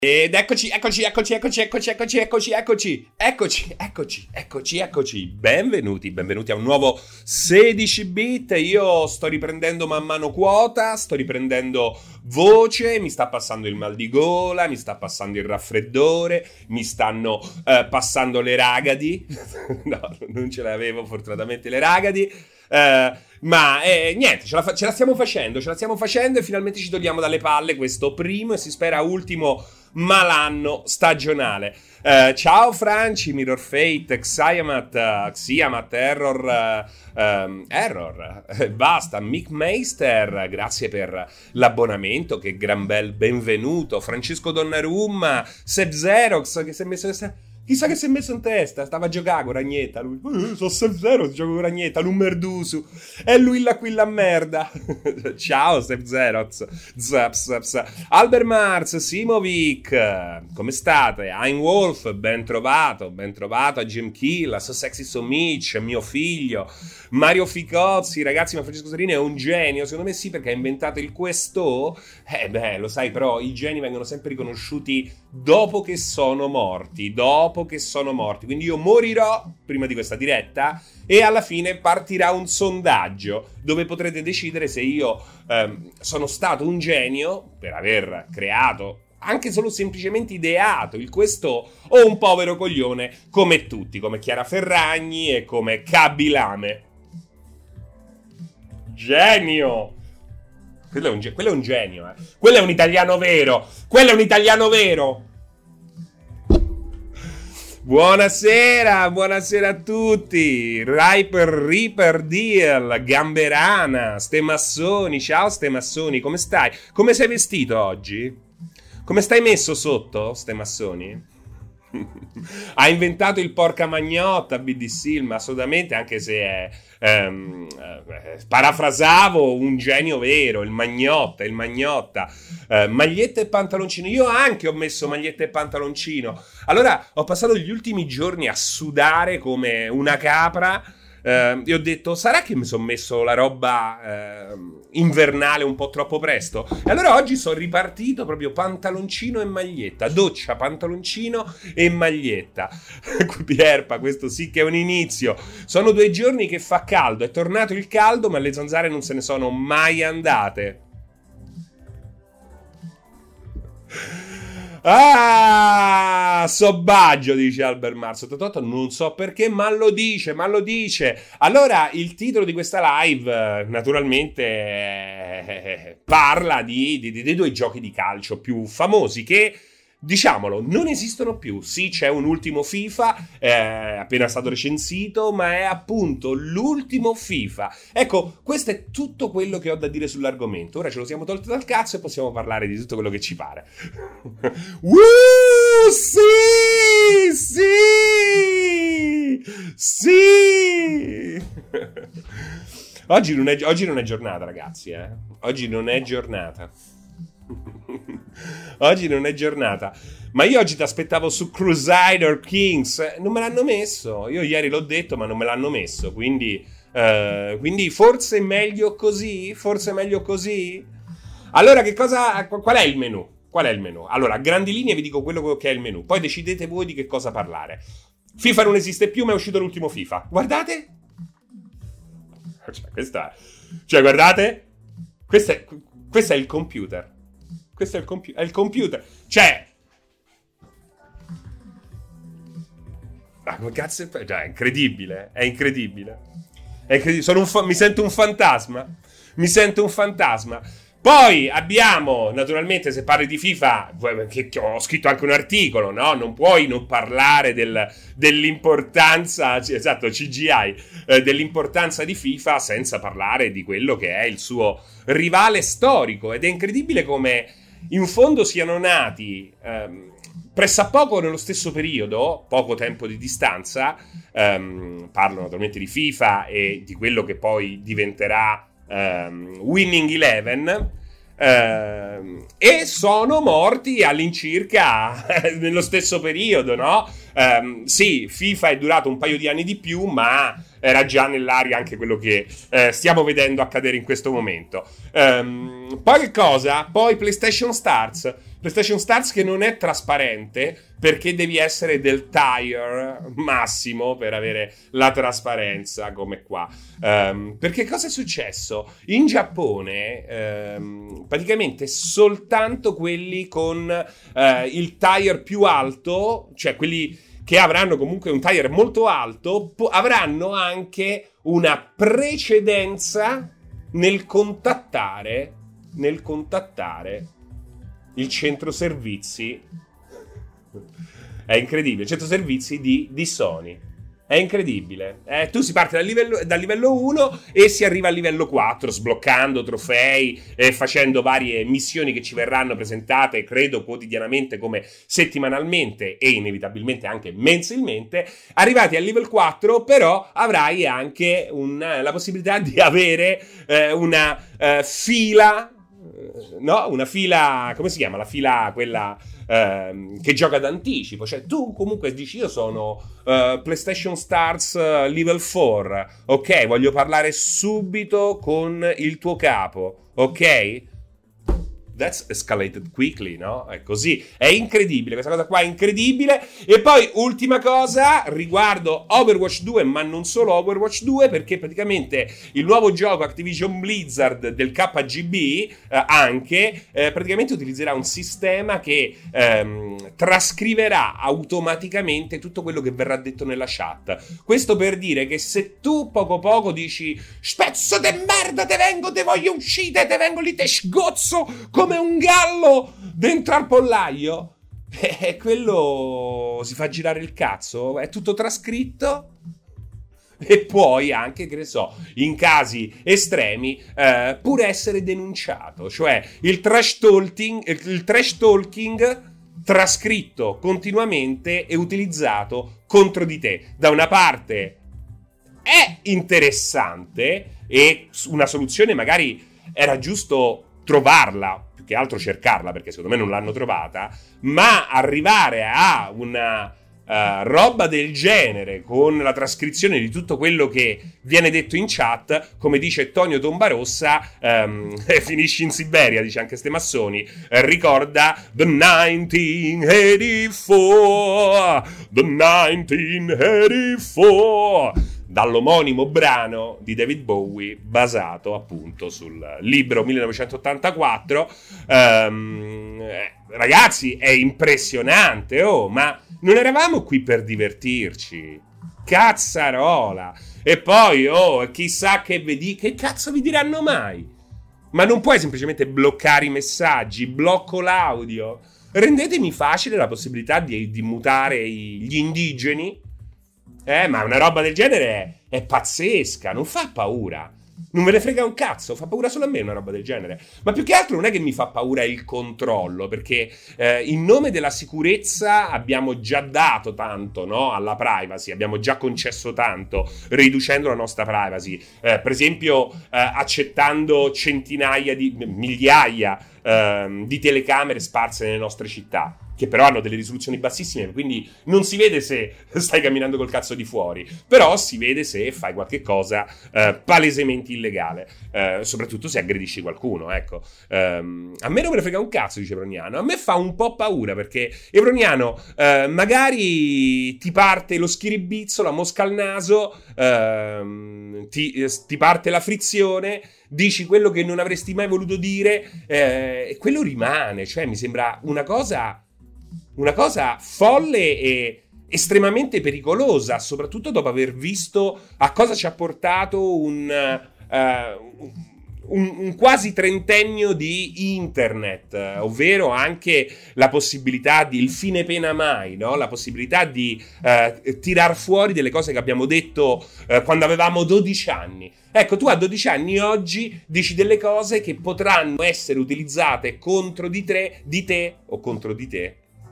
Ed eccoci. Benvenuti a un nuovo 16 bit. Io sto riprendendo man mano quota, sto riprendendo voce, mi sta passando il mal di gola, mi sta passando il raffreddore, mi stanno passando le ragadi. No, non ce le avevo fortunatamente le ragadi. Niente, ce la stiamo facendo e finalmente ci togliamo dalle palle questo primo e si spera ultimo malanno stagionale. Ciao Franci, Mirror Fate, Xiamat, Error, basta, Mick Meister, grazie per l'abbonamento, che gran bel benvenuto, Francesco Donnarumma, Seb Xerox, che si è messo... Chissà che si è messo in testa, stava a giocare con Ragnetta, lui, sono Seb-Zero, gioco con Ragnetta, Lummerdusu, è lui la merda. Ciao Seb-Zeroz, Albert Mars, Simovic, come state? Ein Wolf, ben trovato a Jim Kill, a So Sexy So Mitch, mio figlio, Mario Ficozzi, ragazzi, ma Francesco Sarini è un genio, secondo me sì, perché ha inventato il questo, lo sai, però i geni vengono sempre riconosciuti dopo che sono morti, quindi io morirò prima di questa diretta e alla fine partirà un sondaggio dove potrete decidere se io sono stato un genio per aver creato, anche solo semplicemente ideato il questo, o un povero coglione come tutti, come Chiara Ferragni e come Kabilame. Genio! Quello è un genio, quello è un italiano vero! Buonasera a tutti, Reaper Deal, Gamberana, Stemassoni, ciao Stemassoni, come stai? Come sei vestito oggi? Come stai messo sotto, Stemassoni? Ha inventato il porca magnotta BDC, ma assolutamente, anche se è parafrasavo un genio vero, il magnotta, maglietta e pantaloncino. Io anche ho messo maglietta e pantaloncino. Allora ho passato gli ultimi giorni a sudare come una capra. E ho detto, sarà che mi sono messo la roba invernale un po' troppo presto? E allora oggi sono ripartito proprio pantaloncino e maglietta, doccia, pantaloncino e maglietta. Pierpa, questo sì che è un inizio. Sono 2 giorni che fa caldo, è tornato il caldo, ma le zanzare non se ne sono mai andate. Sobbaggio, dice Albert Mars. Non so perché, ma lo dice. Allora, il titolo di questa live naturalmente parla dei 2 giochi di calcio più famosi che, diciamolo, non esistono più. Sì, c'è un ultimo FIFA, appena stato recensito, ma è appunto l'ultimo FIFA. Ecco, questo è tutto quello che ho da dire sull'argomento. Ora ce lo siamo tolto dal cazzo e possiamo parlare di tutto quello che ci pare. Sì! Oggi non è giornata, ragazzi, Oggi non è giornata. Ma io oggi ti aspettavo su Crusader Kings, non me l'hanno messo. Io ieri l'ho detto, ma non me l'hanno messo, quindi forse meglio così. Allora, qual è il menù? Allora, a grandi linee vi dico quello che è il menù, poi decidete voi di che cosa parlare. FIFA non esiste più, ma è uscito l'ultimo FIFA. Guardate, guardate, questo è il computer. Questo è il computer. Cioè, come cazzo è incredibile. Mi sento un fantasma. Poi abbiamo, naturalmente, se parli di FIFA, che ho scritto anche un articolo, no? Non puoi non parlare dell'importanza, esatto, CGI, dell'importanza di FIFA senza parlare di quello che è il suo rivale storico. Ed è incredibile come in fondo siano nati pressappoco nello stesso periodo, poco tempo di distanza. Parlo naturalmente di FIFA e di quello che poi diventerà Winning Eleven, e sono morti all'incirca nello stesso periodo, no? Sì, FIFA è durato un paio di anni di più, ma era già nell'aria anche quello che stiamo vedendo accadere in questo momento. Poi che cosa? Poi PlayStation Stars che non è trasparente perché devi essere del tier massimo per avere la trasparenza come qua. Perché cosa è successo? In Giappone praticamente soltanto quelli con il tier più alto, cioè quelli che avranno comunque un tier molto alto, avranno anche una precedenza nel contattare il centro servizi. È incredibile, il centro servizi di Sony. È incredibile. Tu si parte dal livello 1 e si arriva al livello 4, sbloccando trofei e facendo varie missioni che ci verranno presentate, credo, quotidianamente come settimanalmente e inevitabilmente anche mensilmente. Arrivati al livello 4, però, avrai anche la possibilità di avere una fila. No, una fila, come si chiama? La fila quella che gioca d'anticipo. Cioè tu comunque dici io sono PlayStation Stars Level 4, ok? Voglio parlare subito con il tuo capo, ok? That's escalated quickly, no? È così, è incredibile, questa cosa qua è incredibile. E poi ultima cosa riguardo Overwatch 2, ma non solo Overwatch 2, perché praticamente il nuovo gioco Activision Blizzard del KGB anche praticamente utilizzerà un sistema che trascriverà automaticamente tutto quello che verrà detto nella chat. Questo per dire che se tu poco dici spezzo de merda, te voglio uscire, te vengo lì, te sgozzo come un gallo dentro al pollaio, quello si fa girare il cazzo, è tutto trascritto e puoi anche, che ne so, in casi estremi pure essere denunciato, cioè il trash talking trascritto continuamente e utilizzato contro di te. Da una parte è interessante e una soluzione magari era giusto trovarla, più che altro cercarla, perché secondo me non l'hanno trovata, ma arrivare a una roba del genere con la trascrizione di tutto quello che viene detto in chat, come dice Tonio Tombarossa, finisci in Siberia, dice anche ste massoni, ricorda The 1984 dall'omonimo brano di David Bowie basato appunto sul libro 1984. Ragazzi, è impressionante, ma non eravamo qui per divertirci, cazzarola. E poi chissà che cazzo vi diranno mai? Ma non puoi semplicemente bloccare i messaggi, blocco l'audio. Rendetemi facile la possibilità di mutare gli indigeni. Ma una roba del genere è pazzesca, non fa paura. Non me ne frega un cazzo, fa paura solo a me una roba del genere. Ma più che altro non è che mi fa paura il controllo, perché in nome della sicurezza abbiamo già dato tanto, no, alla privacy, abbiamo già concesso tanto, riducendo la nostra privacy. Per esempio accettando migliaia di telecamere sparse nelle nostre città, che però hanno delle risoluzioni bassissime, quindi non si vede se stai camminando col cazzo di fuori, però si vede se fai qualche cosa palesemente illegale, soprattutto se aggredisci qualcuno, ecco. A me non me ne frega un cazzo, dice Evroniano, a me fa un po' paura, perché Evroniano magari ti parte lo schiribizzo, la mosca al naso, ti parte la frizione, dici quello che non avresti mai voluto dire, e quello rimane, cioè mi sembra una cosa folle e estremamente pericolosa, soprattutto dopo aver visto a cosa ci ha portato un quasi trentennio di internet, ovvero anche la possibilità il fine pena mai, no? La possibilità di tirar fuori delle cose che abbiamo detto quando avevamo 12 anni. Ecco, tu a 12 anni oggi dici delle cose che potranno essere utilizzate contro di te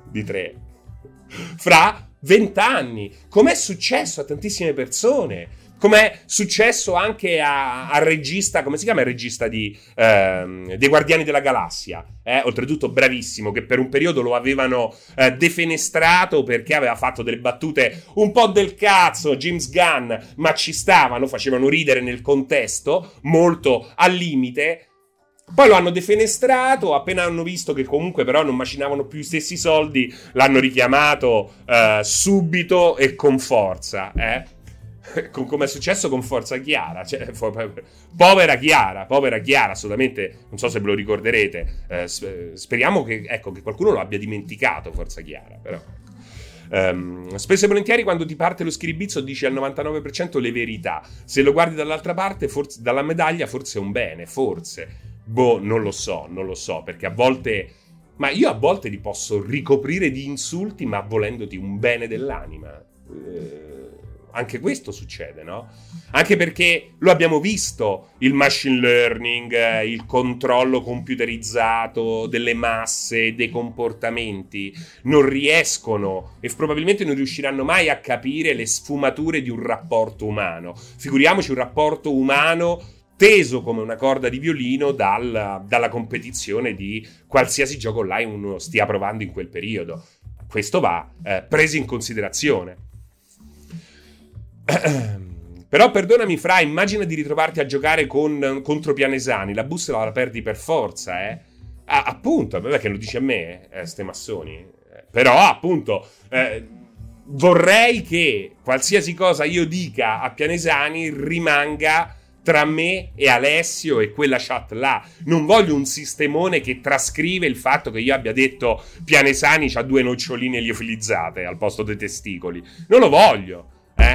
fra 20 anni, come è successo a tantissime persone. Com'è successo anche al regista, come si chiama il regista dei Guardiani della Galassia? Oltretutto bravissimo, che per un periodo lo avevano defenestrato perché aveva fatto delle battute un po' del cazzo, James Gunn, ma ci stavano, facevano ridere nel contesto, molto al limite. Poi lo hanno defenestrato, appena hanno visto che comunque però non macinavano più gli stessi soldi, l'hanno richiamato subito e con forza, come è successo con Forza Chiara, cioè, povera Chiara, assolutamente, non so se ve lo ricorderete, speriamo che qualcuno lo abbia dimenticato Forza Chiara, però spesso e volentieri quando ti parte lo schiribizzo dici al 99% le verità, se lo guardi dall'altra parte forse, dalla medaglia forse è un bene, forse, non lo so, perché a volte, ma io a volte li posso ricoprire di insulti ma volendoti un bene dell'anima, anche questo succede, no? Anche perché lo abbiamo visto, il machine learning, il controllo computerizzato delle masse, dei comportamenti, non riescono e probabilmente non riusciranno mai a capire le sfumature di un rapporto umano. Figuriamoci un rapporto umano teso come una corda di violino dalla competizione di qualsiasi gioco online uno stia provando in quel periodo. Questo va preso in considerazione. Però perdonami Fra, immagina di ritrovarti a giocare contro Pianesani, la bussola la perdi per forza, appunto, vabbè che lo dici a me, ste massoni, però appunto vorrei che qualsiasi cosa io dica a Pianesani rimanga tra me e Alessio e quella chat là. Non voglio un sistemone che trascrive il fatto che io abbia detto Pianesani c'ha 2 noccioline liofilizzate al posto dei testicoli. Non lo voglio,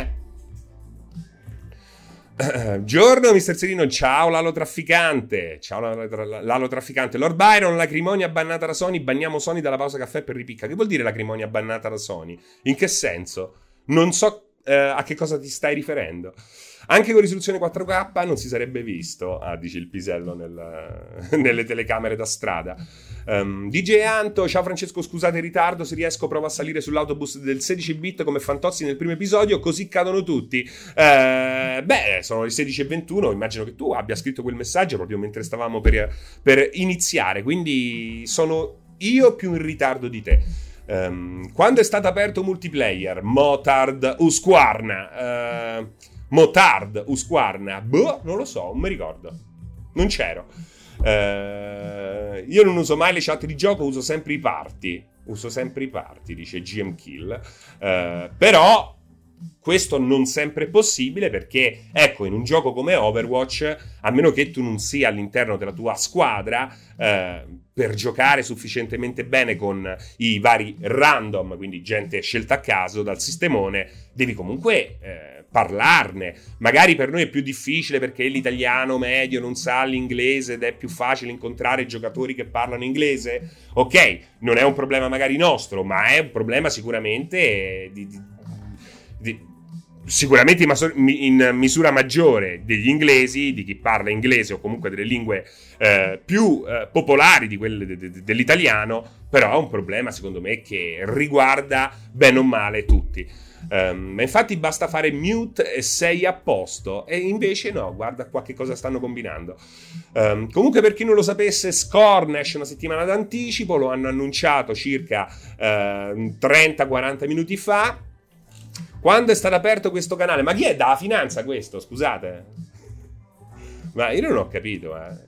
Giorno Mister Serino, ciao Lalo Trafficante. Ciao Lalo Trafficante. Lord Byron, lacrimonia bannata da Sony. Banniamo Sony dalla pausa caffè per ripicca. Che vuol dire lacrimonia bannata da Sony? In che senso? Non so a che cosa ti stai riferendo. Anche con risoluzione 4K non si sarebbe visto, dice il pisello nelle telecamere da strada. DJ Anto, ciao Francesco, scusate il ritardo, se riesco provo a salire sull'autobus del 16 bit come Fantozzi nel primo episodio, così cadono tutti. Sono le 16:21, immagino che tu abbia scritto quel messaggio proprio mentre stavamo per iniziare, quindi sono io più in ritardo di te. Quando è stato aperto multiplayer? Motard Usquarna, non lo so, non mi ricordo, non c'ero. Io non uso mai le chat di gioco, uso sempre i party, dice GM Kill. Però questo non sempre è possibile perché, ecco, in un gioco come Overwatch, a meno che tu non sia all'interno della tua squadra, per giocare sufficientemente bene con i vari random, quindi gente scelta a caso dal sistemone, devi comunque parlarne. Magari per noi è più difficile perché l'italiano medio non sa l'inglese ed è più facile incontrare giocatori che parlano inglese. Ok, non è un problema magari nostro, ma è un problema sicuramente sicuramente in misura maggiore degli inglesi, di chi parla inglese o comunque delle lingue più popolari di quelle dell'italiano, però è un problema secondo me che riguarda bene o male tutti. Ma infatti basta fare mute e sei a posto, e invece no, guarda qua che cosa stanno combinando. Comunque, per chi non lo sapesse, Scorn esce una settimana d'anticipo, lo hanno annunciato circa 30-40 minuti fa. Quando è stato aperto questo canale? Ma chi è dalla finanza questo? Scusate, ma io non ho capito,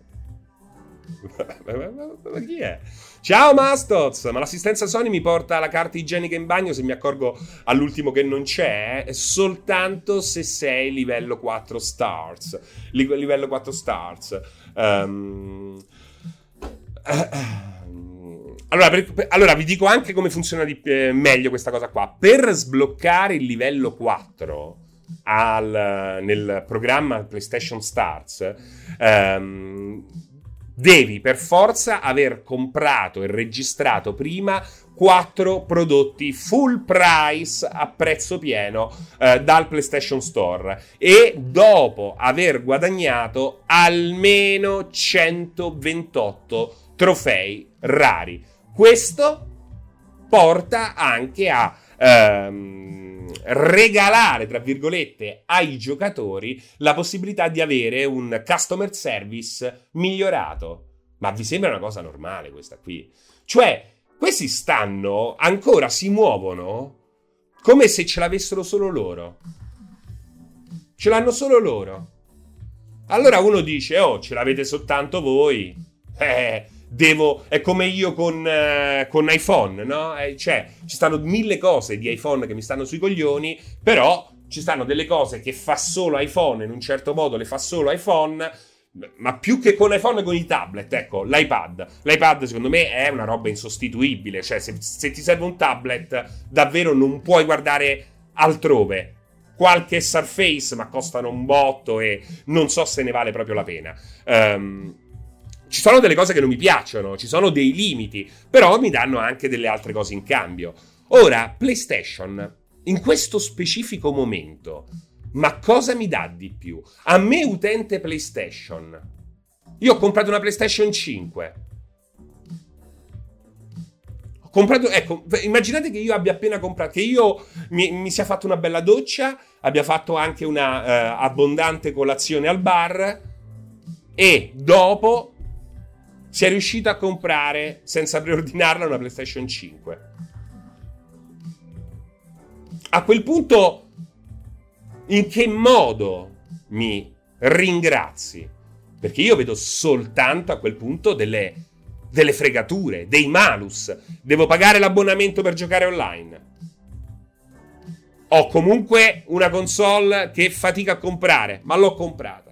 ma chi è? Ciao Mastoz, ma l'assistenza Sony mi porta la carta igienica in bagno se mi accorgo all'ultimo che non c'è, soltanto se sei livello 4 stars. Livello 4 stars. Allora vi dico anche come funziona meglio questa cosa qua. Per sbloccare il livello 4 nel programma PlayStation Stars, devi per forza aver comprato e registrato prima 4 prodotti full price a prezzo pieno dal PlayStation Store e dopo aver guadagnato almeno 128 trofei rari. Questo porta anche a regalare, tra virgolette, ai giocatori la possibilità di avere un customer service migliorato. Ma vi sembra una cosa normale questa qui? Cioè, questi ancora si muovono come se ce l'avessero solo loro. Ce l'hanno solo loro. Allora uno dice, oh, ce l'avete soltanto voi. È come io con iPhone, no? Cioè, ci stanno 1000 cose di iPhone che mi stanno sui coglioni, però ci stanno delle cose che fa solo iPhone, in un certo modo le fa solo iPhone, ma più che con iPhone, con i tablet, ecco, l'iPad. L'iPad secondo me è una roba insostituibile, cioè se ti serve un tablet, davvero non puoi guardare altrove. Qualche Surface, ma costano un botto e non so se ne vale proprio la pena. Ci sono delle cose che non mi piacciono, ci sono dei limiti, però mi danno anche delle altre cose in cambio. Ora, PlayStation, in questo specifico momento, ma cosa mi dà di più? A me, utente PlayStation, io ho comprato una PlayStation 5. Ho comprato, ecco, immaginate che io abbia appena comprato, che io mi sia fatto una bella doccia, abbia fatto anche una abbondante colazione al bar e dopo sia riuscito a comprare, senza preordinarla, una PlayStation 5. A quel punto, in che modo mi ringrazi? Perché io vedo soltanto a quel punto delle fregature, dei malus. Devo pagare l'abbonamento per giocare online. Ho comunque una console che fatica a comprare, ma l'ho comprata.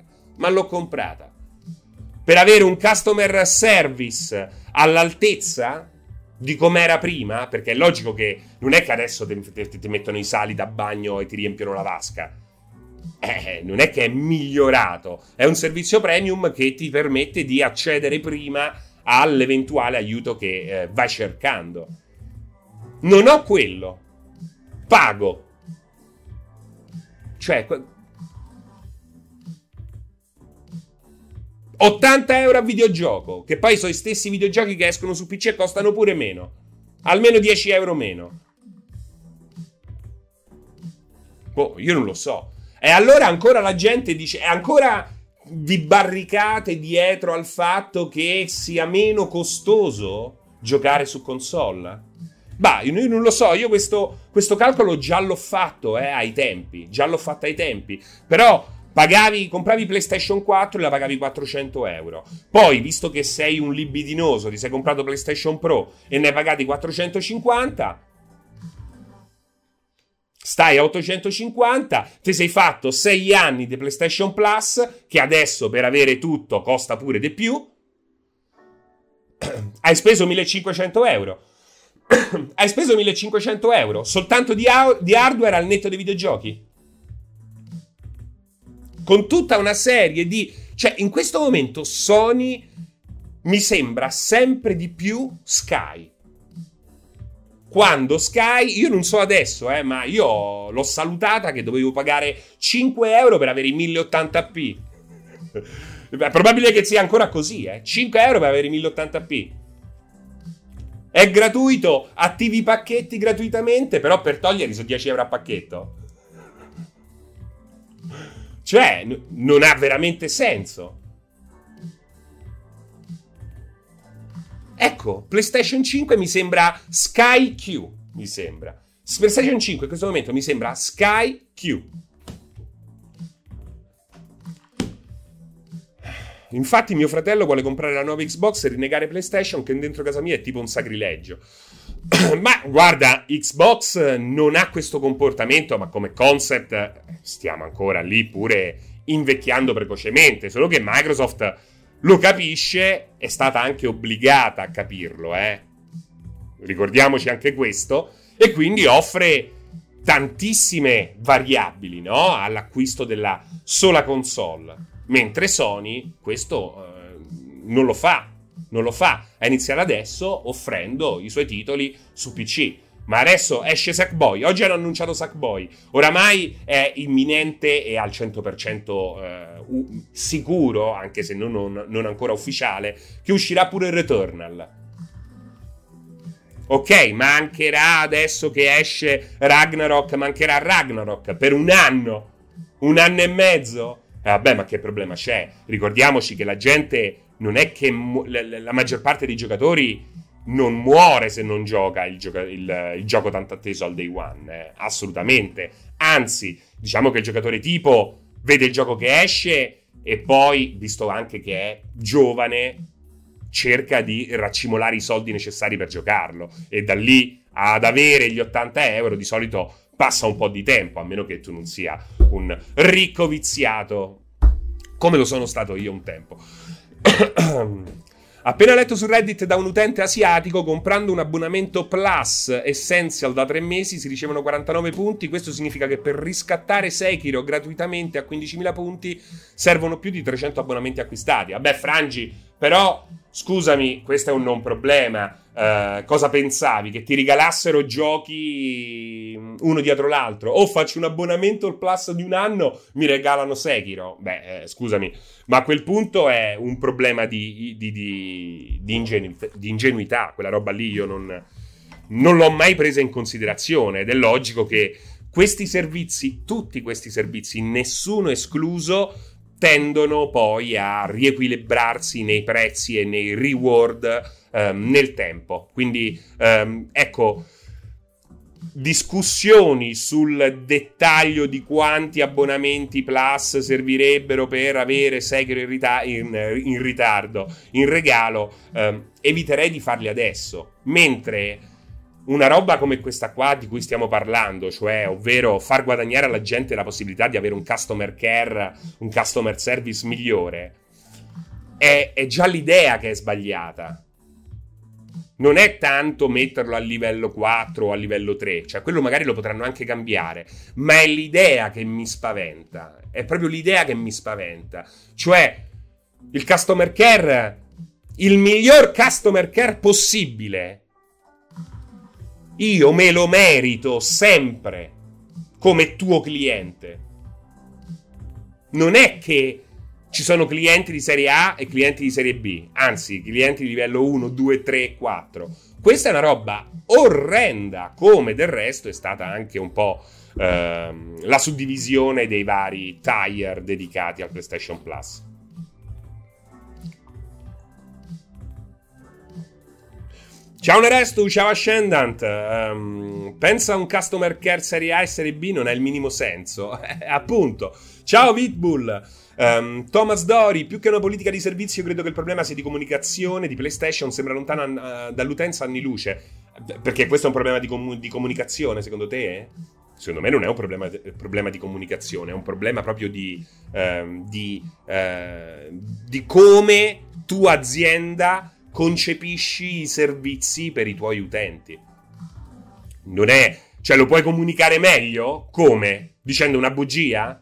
Per avere un customer service all'altezza di com'era prima, perché è logico che non è che adesso ti mettono i sali da bagno e ti riempiono la vasca. Non è che è migliorato, è un servizio premium che ti permette di accedere prima all'eventuale aiuto che vai cercando. Non ho quello, pago. Cioè, 80 euro a videogioco, che poi sono i stessi videogiochi che escono su PC e costano pure meno, almeno 10 euro meno. Boh, io non lo so. E allora ancora la gente dice, è ancora vi barricate dietro al fatto che sia meno costoso giocare su console? Bah, io non lo so, io questo calcolo già l'ho fatto ai tempi, però compravi PlayStation 4 e la pagavi 400 euro. Poi, visto che sei un libidinoso, ti sei comprato PlayStation Pro e ne hai pagati 450, stai a 850, ti sei fatto 6 anni di PlayStation Plus, che adesso per avere tutto costa pure di più. Hai speso 1500 euro. Hai speso 1500 euro soltanto di hardware al netto dei videogiochi. Con tutta una serie di... Cioè, in questo momento Sony mi sembra sempre di più Sky. Quando Sky, io non so adesso, ma io l'ho salutata che dovevo pagare 5 euro per avere i 1080p. È probabile che sia ancora così, 5 euro per avere i 1080p. È gratuito, attivi i pacchetti gratuitamente, però per toglierli sono 10 euro a pacchetto. Cioè, non ha veramente senso. Ecco, PlayStation 5 mi sembra Sky Q, mi sembra. PlayStation 5 in questo momento mi sembra Sky Q. Infatti mio fratello vuole comprare la nuova Xbox e rinnegare PlayStation, che dentro casa mia è tipo un sacrilegio. Ma guarda, Xbox non ha questo comportamento, ma come concept stiamo ancora lì pure invecchiando precocemente, solo che Microsoft lo capisce, è stata anche obbligata a capirlo, ricordiamoci anche questo, e quindi offre tantissime variabili, no? All'acquisto della sola console, mentre Sony questo non lo fa, a iniziare adesso offrendo i suoi titoli su PC. Ma adesso esce Sackboy, oggi hanno annunciato Sackboy, oramai è imminente e al 100% sicuro, anche se non ancora ufficiale, che uscirà pure Returnal. Ok, mancherà adesso che esce Ragnarok, mancherà Ragnarok per un anno e mezzo. Vabbè, ma che problema c'è? Ricordiamoci che la gente non è che la maggior parte dei giocatori non muore se non gioca il gioco tanto atteso al day one, assolutamente. Anzi, diciamo che il giocatore tipo vede il gioco che esce e poi, visto anche che è giovane, cerca di raccimolare i soldi necessari per giocarlo, e da lì ad avere gli 80 euro di solito passa un po' di tempo, a meno che tu non sia un ricco viziato come lo sono stato io un tempo. Appena letto su Reddit da un utente asiatico, comprando un abbonamento Plus Essential da 3 mesi si ricevono 49 punti. Questo significa che per riscattare Sekiro gratuitamente a 15.000 punti servono più di 300 abbonamenti acquistati. Vabbè, Frangi, però scusami, questo è un non problema. Cosa pensavi? Che ti regalassero giochi uno dietro l'altro? O faccio un abbonamento al Plus di un anno, mi regalano Sekiro? Beh, scusami, ma a quel punto è un problema di ingenuità. Quella roba lì io non l'ho mai presa in considerazione, ed è logico che questi servizi, tutti questi servizi, nessuno escluso, tendono poi a riequilibrarsi nei prezzi e nei reward nel tempo. Quindi ecco, discussioni sul dettaglio di quanti abbonamenti Plus servirebbero per avere Sekiro in ritardo, in regalo, eviterei di farli adesso, mentre una roba come questa qua di cui stiamo parlando, cioè ovvero far guadagnare alla gente la possibilità di avere un customer care, un customer service migliore, è già l'idea che è sbagliata. Non è tanto metterlo a livello 4 o a livello 3, cioè quello magari lo potranno anche cambiare, ma è l'idea che mi spaventa, è proprio l'idea che mi spaventa. Cioè il customer care, il miglior customer care possibile, io me lo merito sempre come tuo cliente. Non è che ci sono clienti di serie A e clienti di serie B, anzi, clienti di livello 1, 2, 3, 4. Questa è una roba orrenda, come del resto è stata anche un po' la suddivisione dei vari tier dedicati al PlayStation Plus. Ciao Nerestu, ciao Ascendant. Pensa a un customer care serie A e serie B non ha il minimo senso. Appunto. Ciao Vitbull. Thomas Dori, più che una politica di servizio, credo che il problema sia di comunicazione di PlayStation, sembra lontana dall'utenza anni luce. Perché questo è un problema di comunicazione, secondo te? Secondo me non è un problema di comunicazione, è un problema proprio di come tu azienda concepisci i servizi per i tuoi utenti. Non è, cioè, lo puoi comunicare meglio? Come? Dicendo una bugia?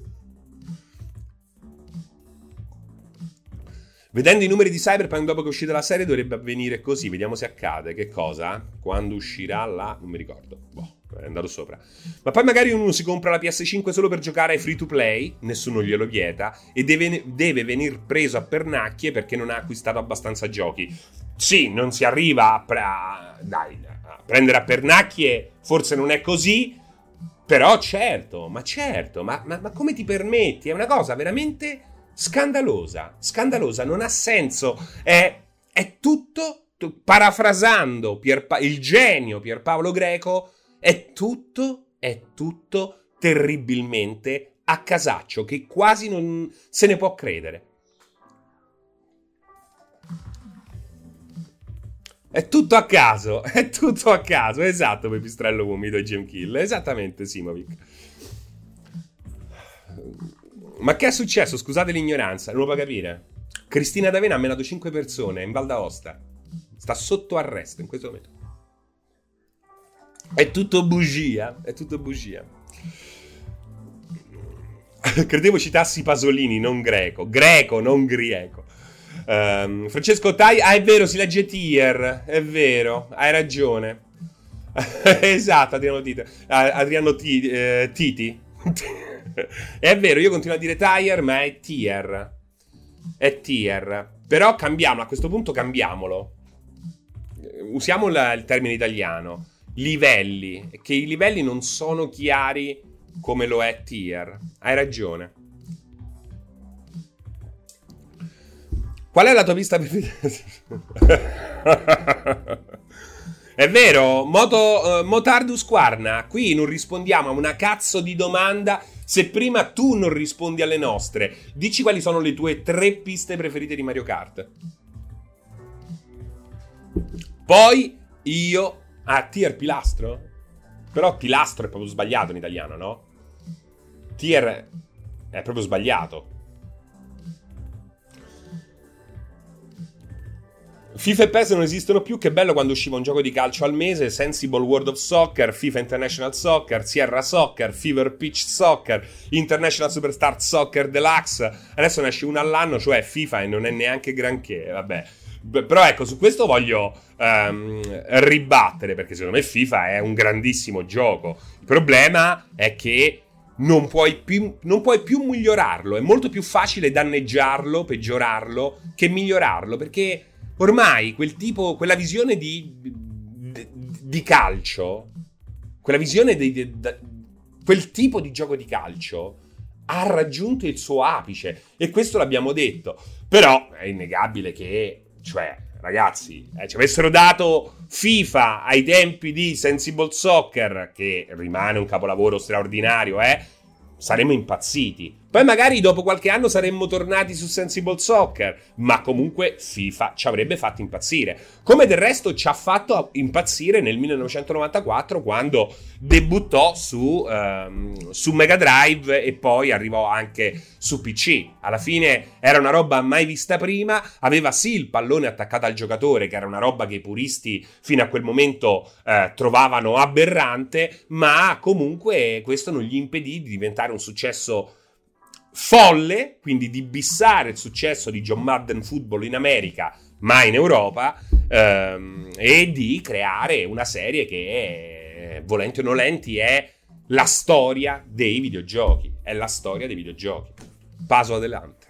Vedendo i numeri di Cyberpunk dopo che è uscita la serie dovrebbe avvenire così. Vediamo se accade. Che cosa? Quando uscirà la... non mi ricordo. Boh, è andato sopra. Ma poi magari uno si compra la PS5 solo per giocare ai free to play, nessuno glielo vieta, e deve venir preso a pernacchie perché non ha acquistato abbastanza giochi. Sì, non si arriva a prendere a pernacchie, forse non è così, però certo, ma come ti permetti? È una cosa veramente... scandalosa, non ha senso, è tutto, parafrasando il genio Pierpaolo Greco, è tutto terribilmente a casaccio, che quasi non se ne può credere. È tutto a caso, esatto, Pepistrello umido e Gem Kill, esattamente Simovic. Ma che è successo? Scusate l'ignoranza, non lo può capire. Cristina D'Avena ha menato 5 persone in Val d'Aosta. Sta sotto arresto in questo momento. È tutto bugia. Credevo citassi Pasolini, non Greco. Greco, non Grieco. Francesco Tai... è vero, si legge tier. È vero, hai ragione. Esatto, Adriano Titi. È vero, io continuo a dire tier, ma è tier. Però cambiamo, a questo punto cambiamolo. usiamo il termine italiano, livelli, che i livelli non sono chiari come lo è tier. Hai ragione. Qual è la tua pista preferita? È vero, Motardus Quarna, qui non rispondiamo a una cazzo di domanda se prima tu non rispondi alle nostre. Dici quali sono le tue 3 piste preferite di Mario Kart. Poi io... Ah, tier pilastro? Però pilastro è proprio sbagliato in italiano, no? Tier è proprio sbagliato. FIFA e PES non esistono più, che bello quando usciva un gioco di calcio al mese, Sensible World of Soccer, FIFA International Soccer, Sierra Soccer, Fever Pitch Soccer, International Superstar Soccer Deluxe, adesso ne esce uno all'anno, cioè FIFA, e non è neanche granché, vabbè. Però ecco, su questo voglio ribattere, perché secondo me FIFA è un grandissimo gioco. Il problema è che non puoi più migliorarlo, è molto più facile danneggiarlo, peggiorarlo, che migliorarlo, perché ormai quella visione di calcio, quella visione quel tipo di gioco di calcio ha raggiunto il suo apice, e questo l'abbiamo detto. Però è innegabile che, cioè, ragazzi, ci avessero dato FIFA ai tempi di Sensible Soccer, che rimane un capolavoro straordinario, saremmo impazziti. Poi magari dopo qualche anno saremmo tornati su Sensible Soccer, ma comunque FIFA ci avrebbe fatto impazzire. Come del resto ci ha fatto impazzire nel 1994, quando debuttò su Mega Drive e poi arrivò anche su PC. Alla fine era una roba mai vista prima, aveva sì il pallone attaccato al giocatore, che era una roba che i puristi fino a quel momento trovavano aberrante, ma comunque questo non gli impedì di diventare un successo folle, quindi di bissare il successo di John Madden Football in America, ma in Europa, e di creare una serie che, volenti o nolenti, è la storia dei videogiochi. È la storia dei videogiochi. Paso adelante.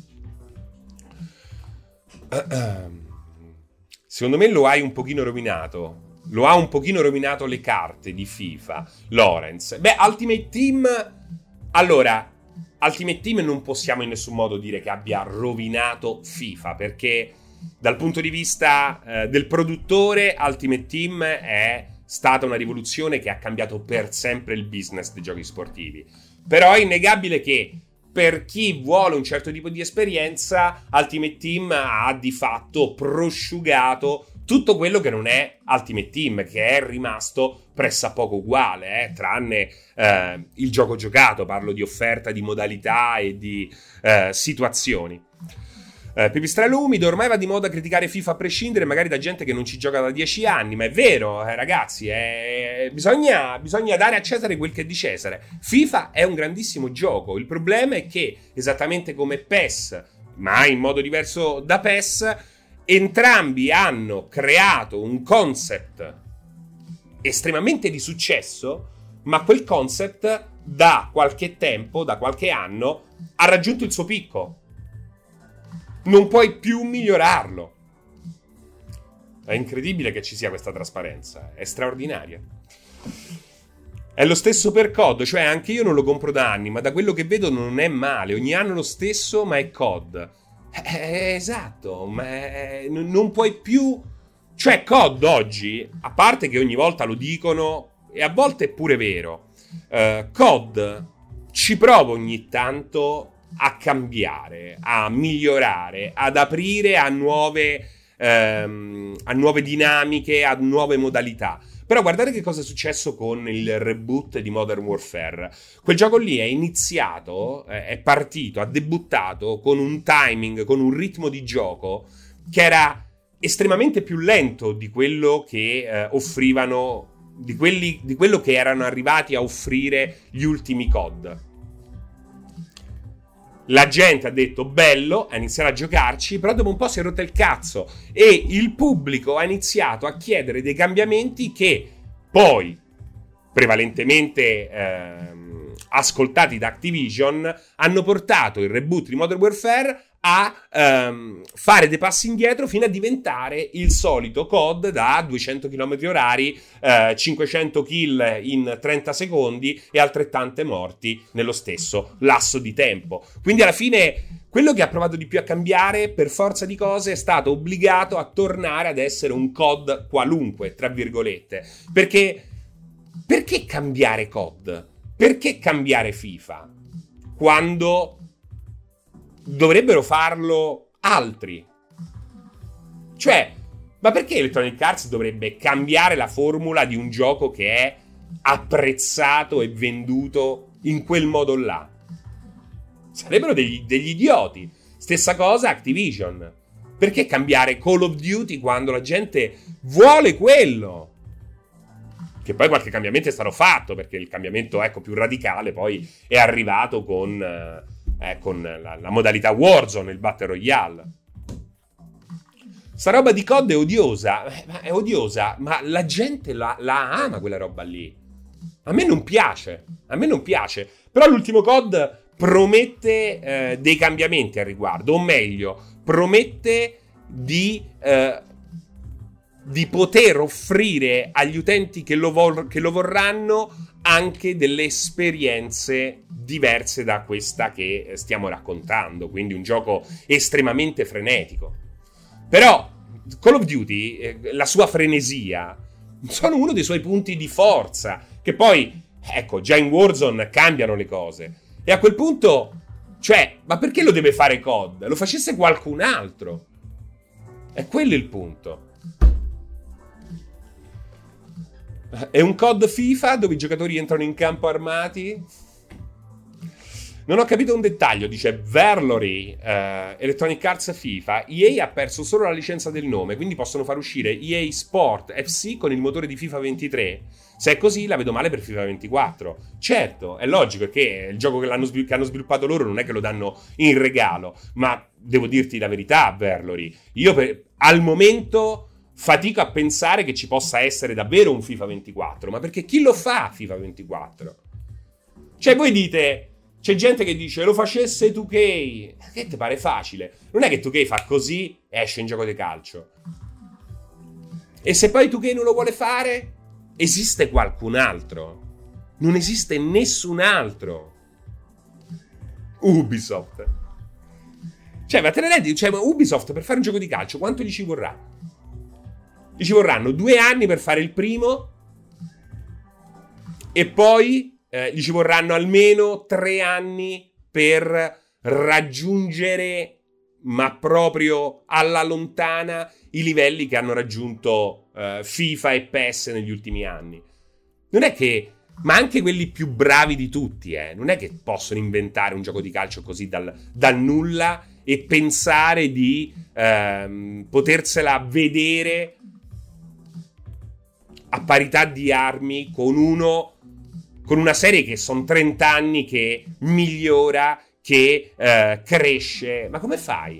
Secondo me lo hai un pochino rovinato. Lo ha un pochino rovinato le carte di FIFA, Lorenz. Beh, Ultimate Team... Allora... Ultimate Team non possiamo in nessun modo dire che abbia rovinato FIFA, perché dal punto di vista del produttore, Ultimate Team è stata una rivoluzione che ha cambiato per sempre il business dei giochi sportivi. Però è innegabile che per chi vuole un certo tipo di esperienza, Ultimate Team ha di fatto prosciugato tutto quello che non è Ultimate Team, che è rimasto pressappoco uguale, tranne il gioco giocato. Parlo di offerta, di modalità e di situazioni. Pipistrello umido, ormai va di moda criticare FIFA a prescindere, magari da gente che non ci gioca da 10 anni, ma è vero, ragazzi, bisogna dare a Cesare quel che è di Cesare. FIFA è un grandissimo gioco, il problema è che, esattamente come PES, ma in modo diverso da PES, entrambi hanno creato un concept estremamente di successo, ma quel concept da qualche tempo, da qualche anno, ha raggiunto il suo picco. Non puoi più migliorarlo. È incredibile che ci sia questa trasparenza, è straordinaria. È lo stesso per COD, cioè anche io non lo compro da anni, ma da quello che vedo non è male. Ogni anno lo stesso, ma è COD. Esatto, ma non puoi più... Cioè COD oggi, a parte che ogni volta lo dicono, e a volte è pure vero, COD ci prova ogni tanto a cambiare, a migliorare, ad aprire a nuove dinamiche, a nuove modalità. Però guardate che cosa è successo con il reboot di Modern Warfare. Quel gioco lì è iniziato, è partito, ha debuttato con un timing, con un ritmo di gioco che era estremamente più lento di quello che offrivano, di quello che erano arrivati a offrire gli ultimi COD. La gente ha detto bello, ha iniziato a giocarci, però dopo un po' si è rotto il cazzo e il pubblico ha iniziato a chiedere dei cambiamenti che poi, prevalentemente ascoltati da Activision, hanno portato il reboot di Modern Warfare a fare dei passi indietro fino a diventare il solito COD da 200 km orari, 500 kill in 30 secondi e altrettante morti nello stesso lasso di tempo. Quindi alla fine quello che ha provato di più a cambiare per forza di cose è stato obbligato a tornare ad essere un COD qualunque, tra virgolette. Perché cambiare COD? Perché cambiare FIFA? Quando dovrebbero farlo altri. Cioè, ma perché Electronic Arts dovrebbe cambiare la formula di un gioco che è apprezzato e venduto in quel modo là? Sarebbero degli idioti. Stessa cosa Activision. Perché cambiare Call of Duty quando la gente vuole quello? Che poi qualche cambiamento è stato fatto, perché il cambiamento, ecco, più radicale poi è arrivato con la modalità Warzone, il Battle Royale. Sta roba di COD è odiosa, ma la gente la ama quella roba lì. A me non piace, però l'ultimo COD promette dei cambiamenti al riguardo, o meglio, promette di poter offrire agli utenti che lo vorranno anche delle esperienze diverse da questa che stiamo raccontando, quindi un gioco estremamente frenetico. Però Call of Duty, la sua frenesia, sono uno dei suoi punti di forza, che poi, ecco, già in Warzone cambiano le cose. E a quel punto, cioè, ma perché lo deve fare COD? Lo facesse qualcun altro. È quello il punto. È un COD FIFA dove i giocatori entrano in campo armati? Non ho capito un dettaglio, dice Verlory, Electronic Arts FIFA. EA ha perso solo la licenza del nome, quindi possono far uscire EA Sport FC con il motore di FIFA 23. Se è così, la vedo male per FIFA 24. Certo, è logico che il gioco che hanno sviluppato loro non è che lo danno in regalo, ma devo dirti la verità, Verlory. Io al momento fatico a pensare che ci possa essere davvero un FIFA 24, ma perché chi lo fa FIFA 24? Cioè voi dite, c'è gente che dice lo facesse 2K, che ti pare facile? Non è che 2K fa così e esce in gioco di calcio. E se poi 2K non lo vuole fare, esiste qualcun altro. Non esiste nessun altro. Ubisoft. Cioè, ma te ne rendi? Cioè, ma Ubisoft per fare un gioco di calcio quanto gli ci vorrà? Gli ci vorranno 2 anni per fare il primo e poi gli ci vorranno almeno 3 anni per raggiungere, ma proprio alla lontana, i livelli che hanno raggiunto FIFA e PES negli ultimi anni. Non è che... Ma anche quelli più bravi di tutti, non è che possono inventare un gioco di calcio così dal nulla e pensare di potersela vedere a parità di armi con una serie che sono 30 anni che migliora, che cresce. Ma come fai?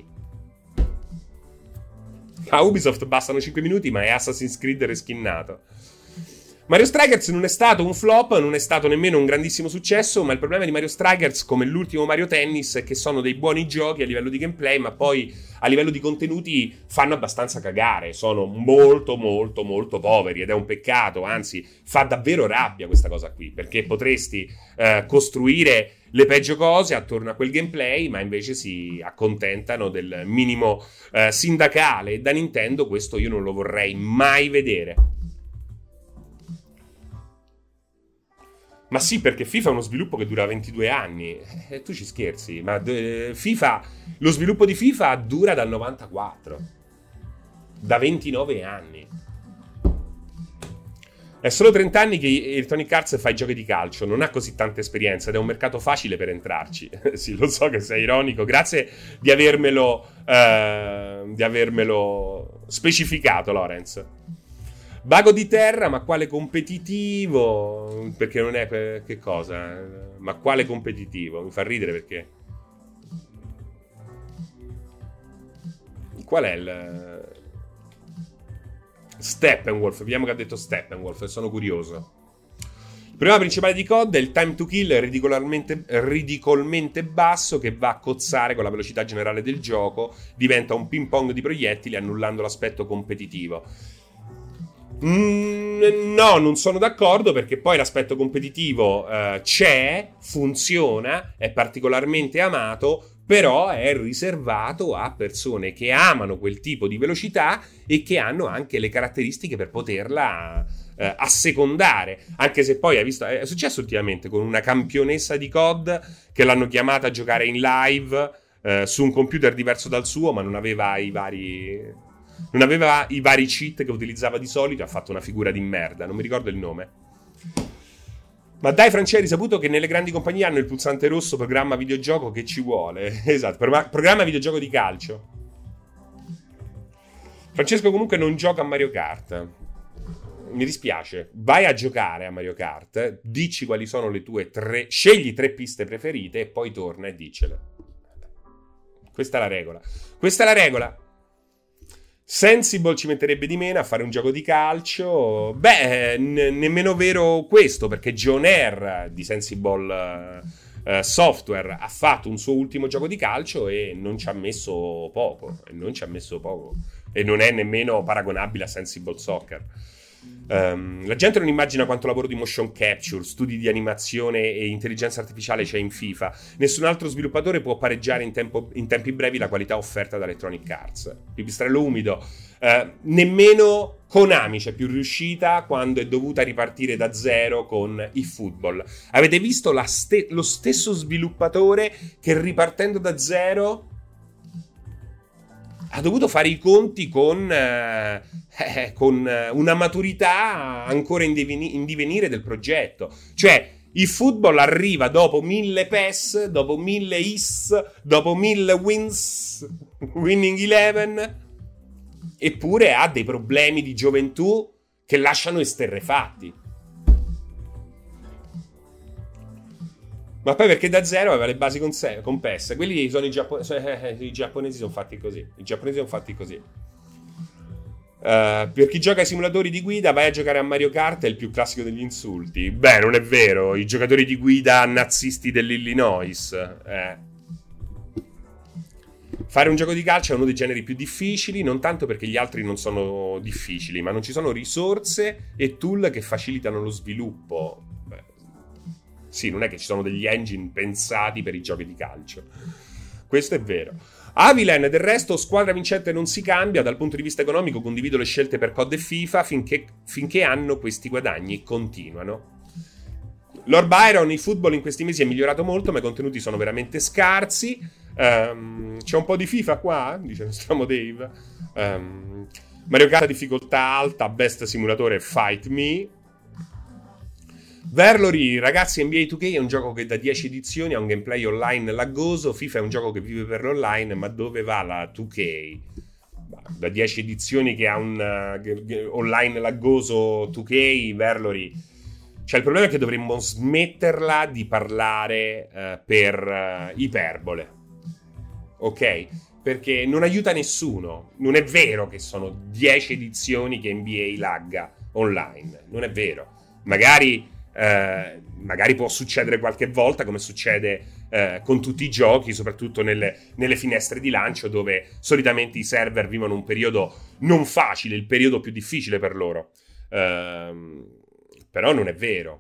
A Ubisoft bastano 5 minuti, ma è Assassin's Creed reskinnato. Mario Strikers non è stato un flop, non è stato nemmeno un grandissimo successo, ma il problema di Mario Strikers, come l'ultimo Mario Tennis, è che sono dei buoni giochi a livello di gameplay, ma poi a livello di contenuti fanno abbastanza cagare, sono molto molto molto poveri ed è un peccato, anzi fa davvero rabbia questa cosa qui, perché potresti costruire le peggio cose attorno a quel gameplay, ma invece si accontentano del minimo sindacale, e da Nintendo questo io non lo vorrei mai vedere. Ma sì, perché FIFA è uno sviluppo che dura 22 anni. Tu ci scherzi, ma lo sviluppo di FIFA dura dal 94. Da 29 anni. È solo 30 anni che Electronic Arts fa i giochi di calcio, non ha così tanta esperienza ed è un mercato facile per entrarci. Sì, lo so che sei ironico, grazie di avermelo specificato, Lorenz. Vago di terra, ma quale competitivo? Perché non è... Che cosa? Ma quale competitivo? Mi fa ridere perché... Qual è il... Steppenwolf, vediamo che ha detto Steppenwolf, sono curioso. Il problema principale di COD è il time to kill ridicolmente basso, che va a cozzare con la velocità generale del gioco, diventa un ping pong di proiettili annullando l'aspetto competitivo. No, non sono d'accordo, perché poi l'aspetto competitivo c'è, funziona, è particolarmente amato, però è riservato a persone che amano quel tipo di velocità e che hanno anche le caratteristiche per poterla assecondare. Anche se poi hai visto, è successo ultimamente con una campionessa di COD che l'hanno chiamata a giocare in live su un computer diverso dal suo, ma non aveva i vari cheat che utilizzava di solito. Ha fatto una figura di merda, non mi ricordo il nome. Ma dai, Francia, hai risaputo che nelle grandi compagnie hanno il pulsante rosso programma videogioco, che ci vuole? Esatto, programma videogioco di calcio. Francesco comunque non gioca a Mario Kart. Mi dispiace. Vai a giocare a Mario Kart, dici quali sono le tue scegli 3 piste preferite e poi torna e dicele. Questa è la regola. Questa è la regola. Sensible ci metterebbe di meno a fare un gioco di calcio. Beh, nemmeno vero questo, perché John Air di Sensible Software ha fatto un suo ultimo gioco di calcio e non ci ha messo poco. E non è nemmeno paragonabile a Sensible Soccer. La gente non immagina quanto lavoro di motion capture, studi di animazione e intelligenza artificiale c'è in FIFA. Nessun altro sviluppatore può pareggiare in tempi brevi la qualità offerta da Electronic Arts. Pipistrello umido. Nemmeno Konami c'è più riuscita quando è dovuta ripartire da zero con eFootball. Avete visto lo stesso sviluppatore che, ripartendo da zero, ha dovuto fare i conti con una maturità ancora in divenire del progetto. Cioè, il football arriva dopo 1000 PES, dopo 1000 IS, dopo 1000 Winning Eleven, eppure ha dei problemi di gioventù che lasciano esterrefatti. Ma poi perché da zero aveva le basi con PES. Quelli sono i giapponesi sono fatti così. Per chi gioca ai simulatori di guida, vai a giocare a Mario Kart, è il più classico degli insulti. Beh, non è vero. I giocatori di guida nazisti dell'Illinois. Fare un gioco di calcio è uno dei generi più difficili, non tanto perché gli altri non sono difficili, ma non ci sono risorse e tool che facilitano lo sviluppo. Sì, non è che ci sono degli engine pensati per i giochi di calcio. Questo è vero. Avilen, del resto, squadra vincente non si cambia. Dal punto di vista economico condivido le scelte per COD e FIFA finché hanno questi guadagni e continuano. Lord Byron, il football in questi mesi è migliorato molto, ma i contenuti sono veramente scarsi. C'è un po' di FIFA qua, dice il nostro amo Dave. Mario Kart difficoltà alta, best simulatore Fight Me. Verlory, ragazzi, NBA 2K è un gioco che da 10 edizioni ha un gameplay online laggoso. FIFA è un gioco che vive per l'online, ma dove va la 2K? Da 10 edizioni che ha un online laggoso 2K, Verlory. Cioè, il problema è che dovremmo smetterla di parlare per iperbole. Ok? Perché non aiuta nessuno. Non è vero che sono 10 edizioni che NBA lagga online. Non è vero. Magari può succedere qualche volta, come succede con tutti i giochi, soprattutto nelle finestre di lancio, dove solitamente i server vivono un periodo non facile, il periodo più difficile per loro. Però non è vero.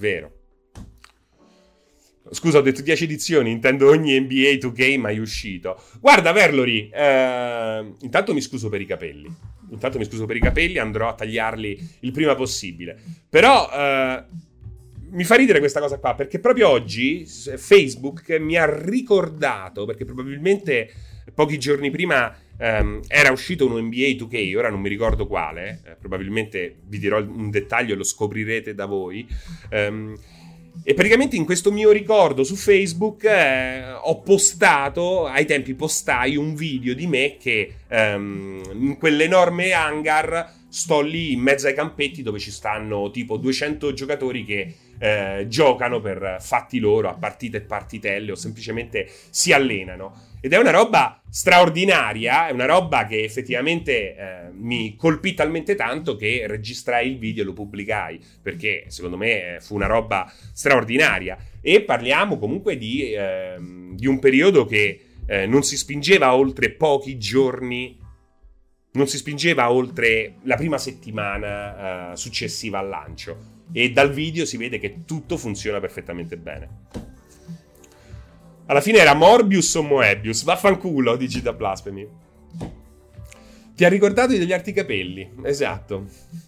Scusa, ho detto 10 edizioni, intendo ogni NBA 2K mai uscito. Guarda, Verlory, intanto mi scuso per i capelli. Andrò a tagliarli il prima possibile. Però mi fa ridere questa cosa qua, perché proprio oggi Facebook mi ha ricordato, perché probabilmente pochi giorni prima era uscito un NBA 2K, ora non mi ricordo quale, probabilmente vi dirò un dettaglio e lo scoprirete da voi. E praticamente in questo mio ricordo su Facebook ho postato, ai tempi postai un video di me che in quell'enorme hangar sto lì in mezzo ai campetti dove ci stanno tipo 200 giocatori che giocano per fatti loro a partite e partitelle o semplicemente si allenano. Ed è una roba straordinaria, è una roba che effettivamente mi colpì talmente tanto che registrai il video e lo pubblicai, perché secondo me fu una roba straordinaria. E parliamo comunque di un periodo che non si spingeva oltre pochi giorni, non si spingeva oltre la prima settimana successiva al lancio. E dal video si vede che tutto funziona perfettamente bene. Alla fine era Morbius o Moebius? Vaffanculo, dici da Blasphemy. Ti ha ricordato degli articapelli, esatto.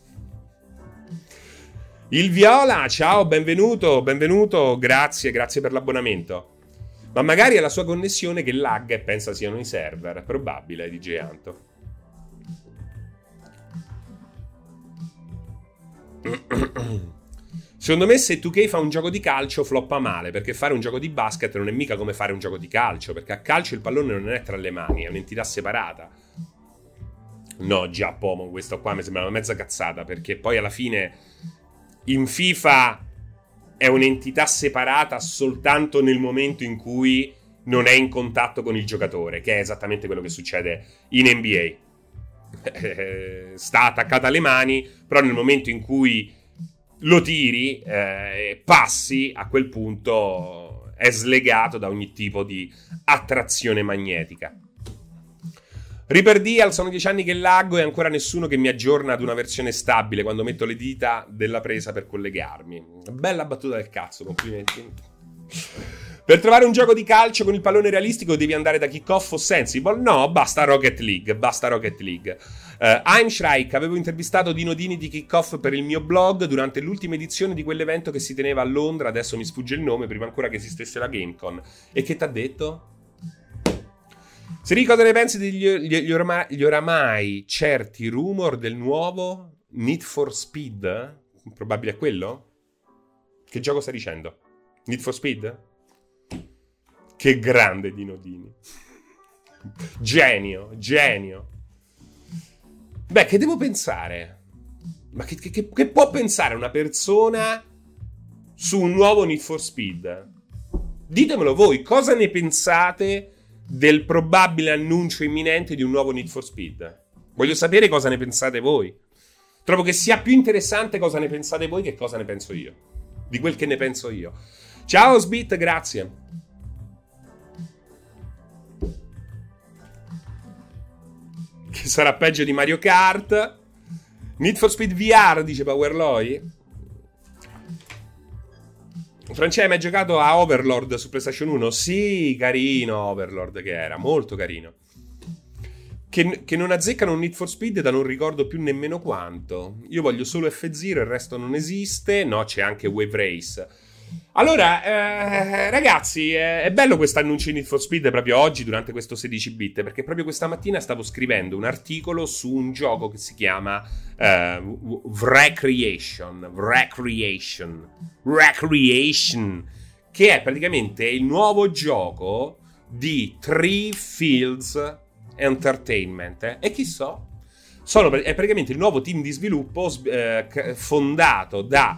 Il Viola, ciao, benvenuto, grazie per l'abbonamento. Ma magari è la sua connessione che lagga e pensa siano i server, probabile, DJ Anto. Secondo me se 2K fa un gioco di calcio floppa male, perché fare un gioco di basket non è mica come fare un gioco di calcio, perché a calcio il pallone non è tra le mani, è un'entità separata. No, già Pomo, questo qua mi sembra una mezza cazzata, perché poi alla fine in FIFA è un'entità separata soltanto nel momento in cui non è in contatto con il giocatore, che è esattamente quello che succede in NBA. Sta attaccata alle mani, però nel momento in cui lo tiri, passi, a quel punto è slegato da ogni tipo di attrazione magnetica. Reaper Dial, sono 10 anni che laggo e ancora nessuno che mi aggiorna ad una versione stabile quando metto le dita della presa per collegarmi. Bella battuta del cazzo, complimenti. Per trovare un gioco di calcio con il pallone realistico devi andare da Kickoff o Sensible? No, basta Rocket League. I'm Shrike, avevo intervistato Dino Dini di Kickoff per il mio blog durante l'ultima edizione di quell'evento che si teneva a Londra, adesso mi sfugge il nome, prima ancora che esistesse la Gamecon. E che t'ha detto? Seri, cosa ne pensi degli oramai certi rumor del nuovo Need for Speed? Probabile è quello? Che gioco stai dicendo? Need for Speed? Che grande Dino Dini. Genio. Beh, che devo pensare? Ma che può pensare una persona su un nuovo Need for Speed? Ditemelo voi, cosa ne pensate del probabile annuncio imminente di un nuovo Need for Speed? Voglio sapere cosa ne pensate voi. Trovo che sia più interessante cosa ne pensate voi che cosa ne penso io. Di quel che ne penso io. Ciao Sbit, grazie. Che sarà peggio di Mario Kart. Need for Speed VR, dice Powerloy. Francesca, hai giocato a Overlord su PlayStation 1? Sì, carino Overlord che era, molto carino. Che non azzeccano un Need for Speed da non ricordo più nemmeno quanto. Io voglio solo F0, il resto non esiste. No, c'è anche Wave Race. Allora, ragazzi, è bello questo annuncio di Need for Speed proprio oggi durante questo 16-bit, perché proprio questa mattina stavo scrivendo un articolo su un gioco che si chiama Wreckreation, che è praticamente il nuovo gioco di Three Fields Entertainment. E chi so? È praticamente il nuovo team di sviluppo fondato da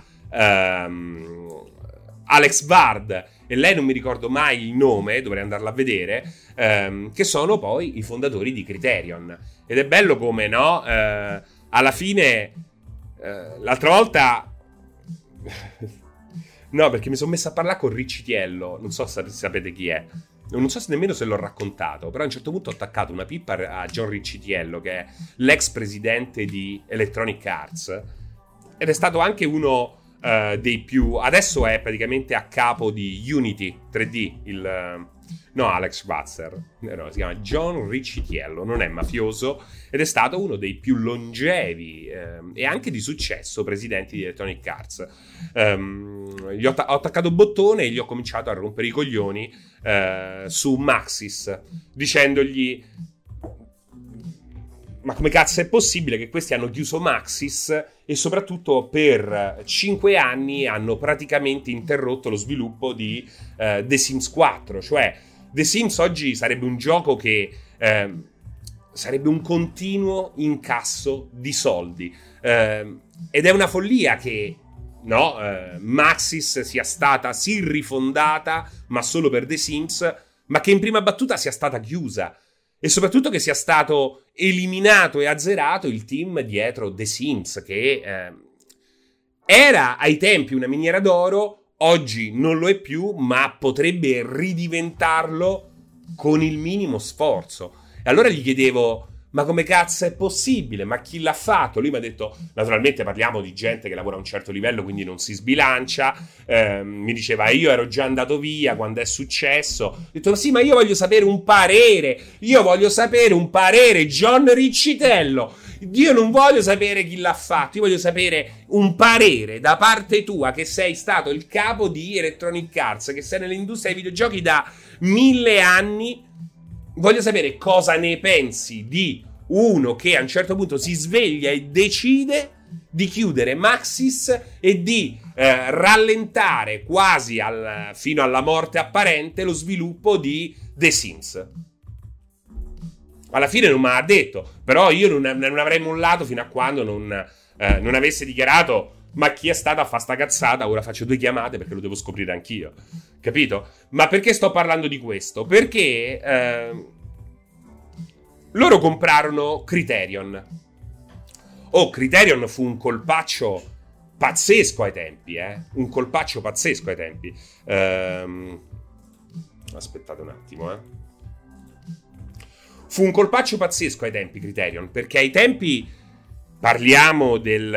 Alex Bard e lei non mi ricordo mai il nome, dovrei andarla a vedere, che sono poi i fondatori di Criterion. Ed è bello come, no? Alla fine, l'altra volta... no, perché mi sono messo a parlare con Riccitiello, non so se sapete chi è. Non so nemmeno se l'ho raccontato, però a un certo punto ho attaccato una pippa a John Riccitiello, che è l'ex presidente di Electronic Arts, ed è stato anche uno dei più... Adesso è praticamente a capo di Unity 3D, no, Alex Schwarzer, no, si chiama John Riccitiello, non è mafioso, ed è stato uno dei più longevi e anche di successo presidenti di Electronic Arts. Gli ho attaccato bottone e gli ho cominciato a rompere i coglioni su Maxis, dicendogli: ma come cazzo è possibile che questi hanno chiuso Maxis e soprattutto per 5 anni hanno praticamente interrotto lo sviluppo di The Sims 4? Cioè, The Sims oggi sarebbe un gioco che sarebbe un continuo incasso di soldi. Ed è una follia che Maxis sia stata sì rifondata, ma solo per The Sims, ma che in prima battuta sia stata chiusa. E soprattutto che sia stato eliminato e azzerato il team dietro The Sims, che era ai tempi una miniera d'oro, oggi non lo è più, ma potrebbe ridiventarlo con il minimo sforzo. E allora gli chiedevo: ma come cazzo è possibile? Ma chi l'ha fatto? Lui mi ha detto, naturalmente parliamo di gente che lavora a un certo livello, quindi non si sbilancia. Mi diceva, io ero già andato via quando è successo. Ho detto, sì, ma io voglio sapere un parere. John Riccitello. Io non voglio sapere chi l'ha fatto, io voglio sapere un parere da parte tua, che sei stato il capo di Electronic Arts, che sei nell'industria dei videogiochi da 1000 anni. Voglio sapere cosa ne pensi di uno che a un certo punto si sveglia e decide di chiudere Maxis e di rallentare quasi fino alla morte apparente lo sviluppo di The Sims. Alla fine non me l'ha detto, però io non avrei mollato fino a quando non avesse dichiarato: ma chi è stato a fare sta cazzata? Ora faccio 2 chiamate perché lo devo scoprire anch'io. Capito? Ma perché sto parlando di questo? Perché loro comprarono Criterion. Criterion fu un colpaccio pazzesco ai tempi, un colpaccio pazzesco ai tempi. Aspettate un attimo, Fu un colpaccio pazzesco ai tempi Criterion, perché ai tempi, parliamo del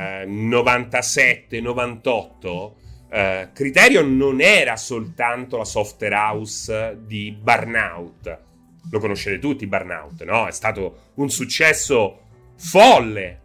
97-98, Criterion non era soltanto la software house di Burnout. Lo conoscete tutti Burnout, no? È stato un successo folle.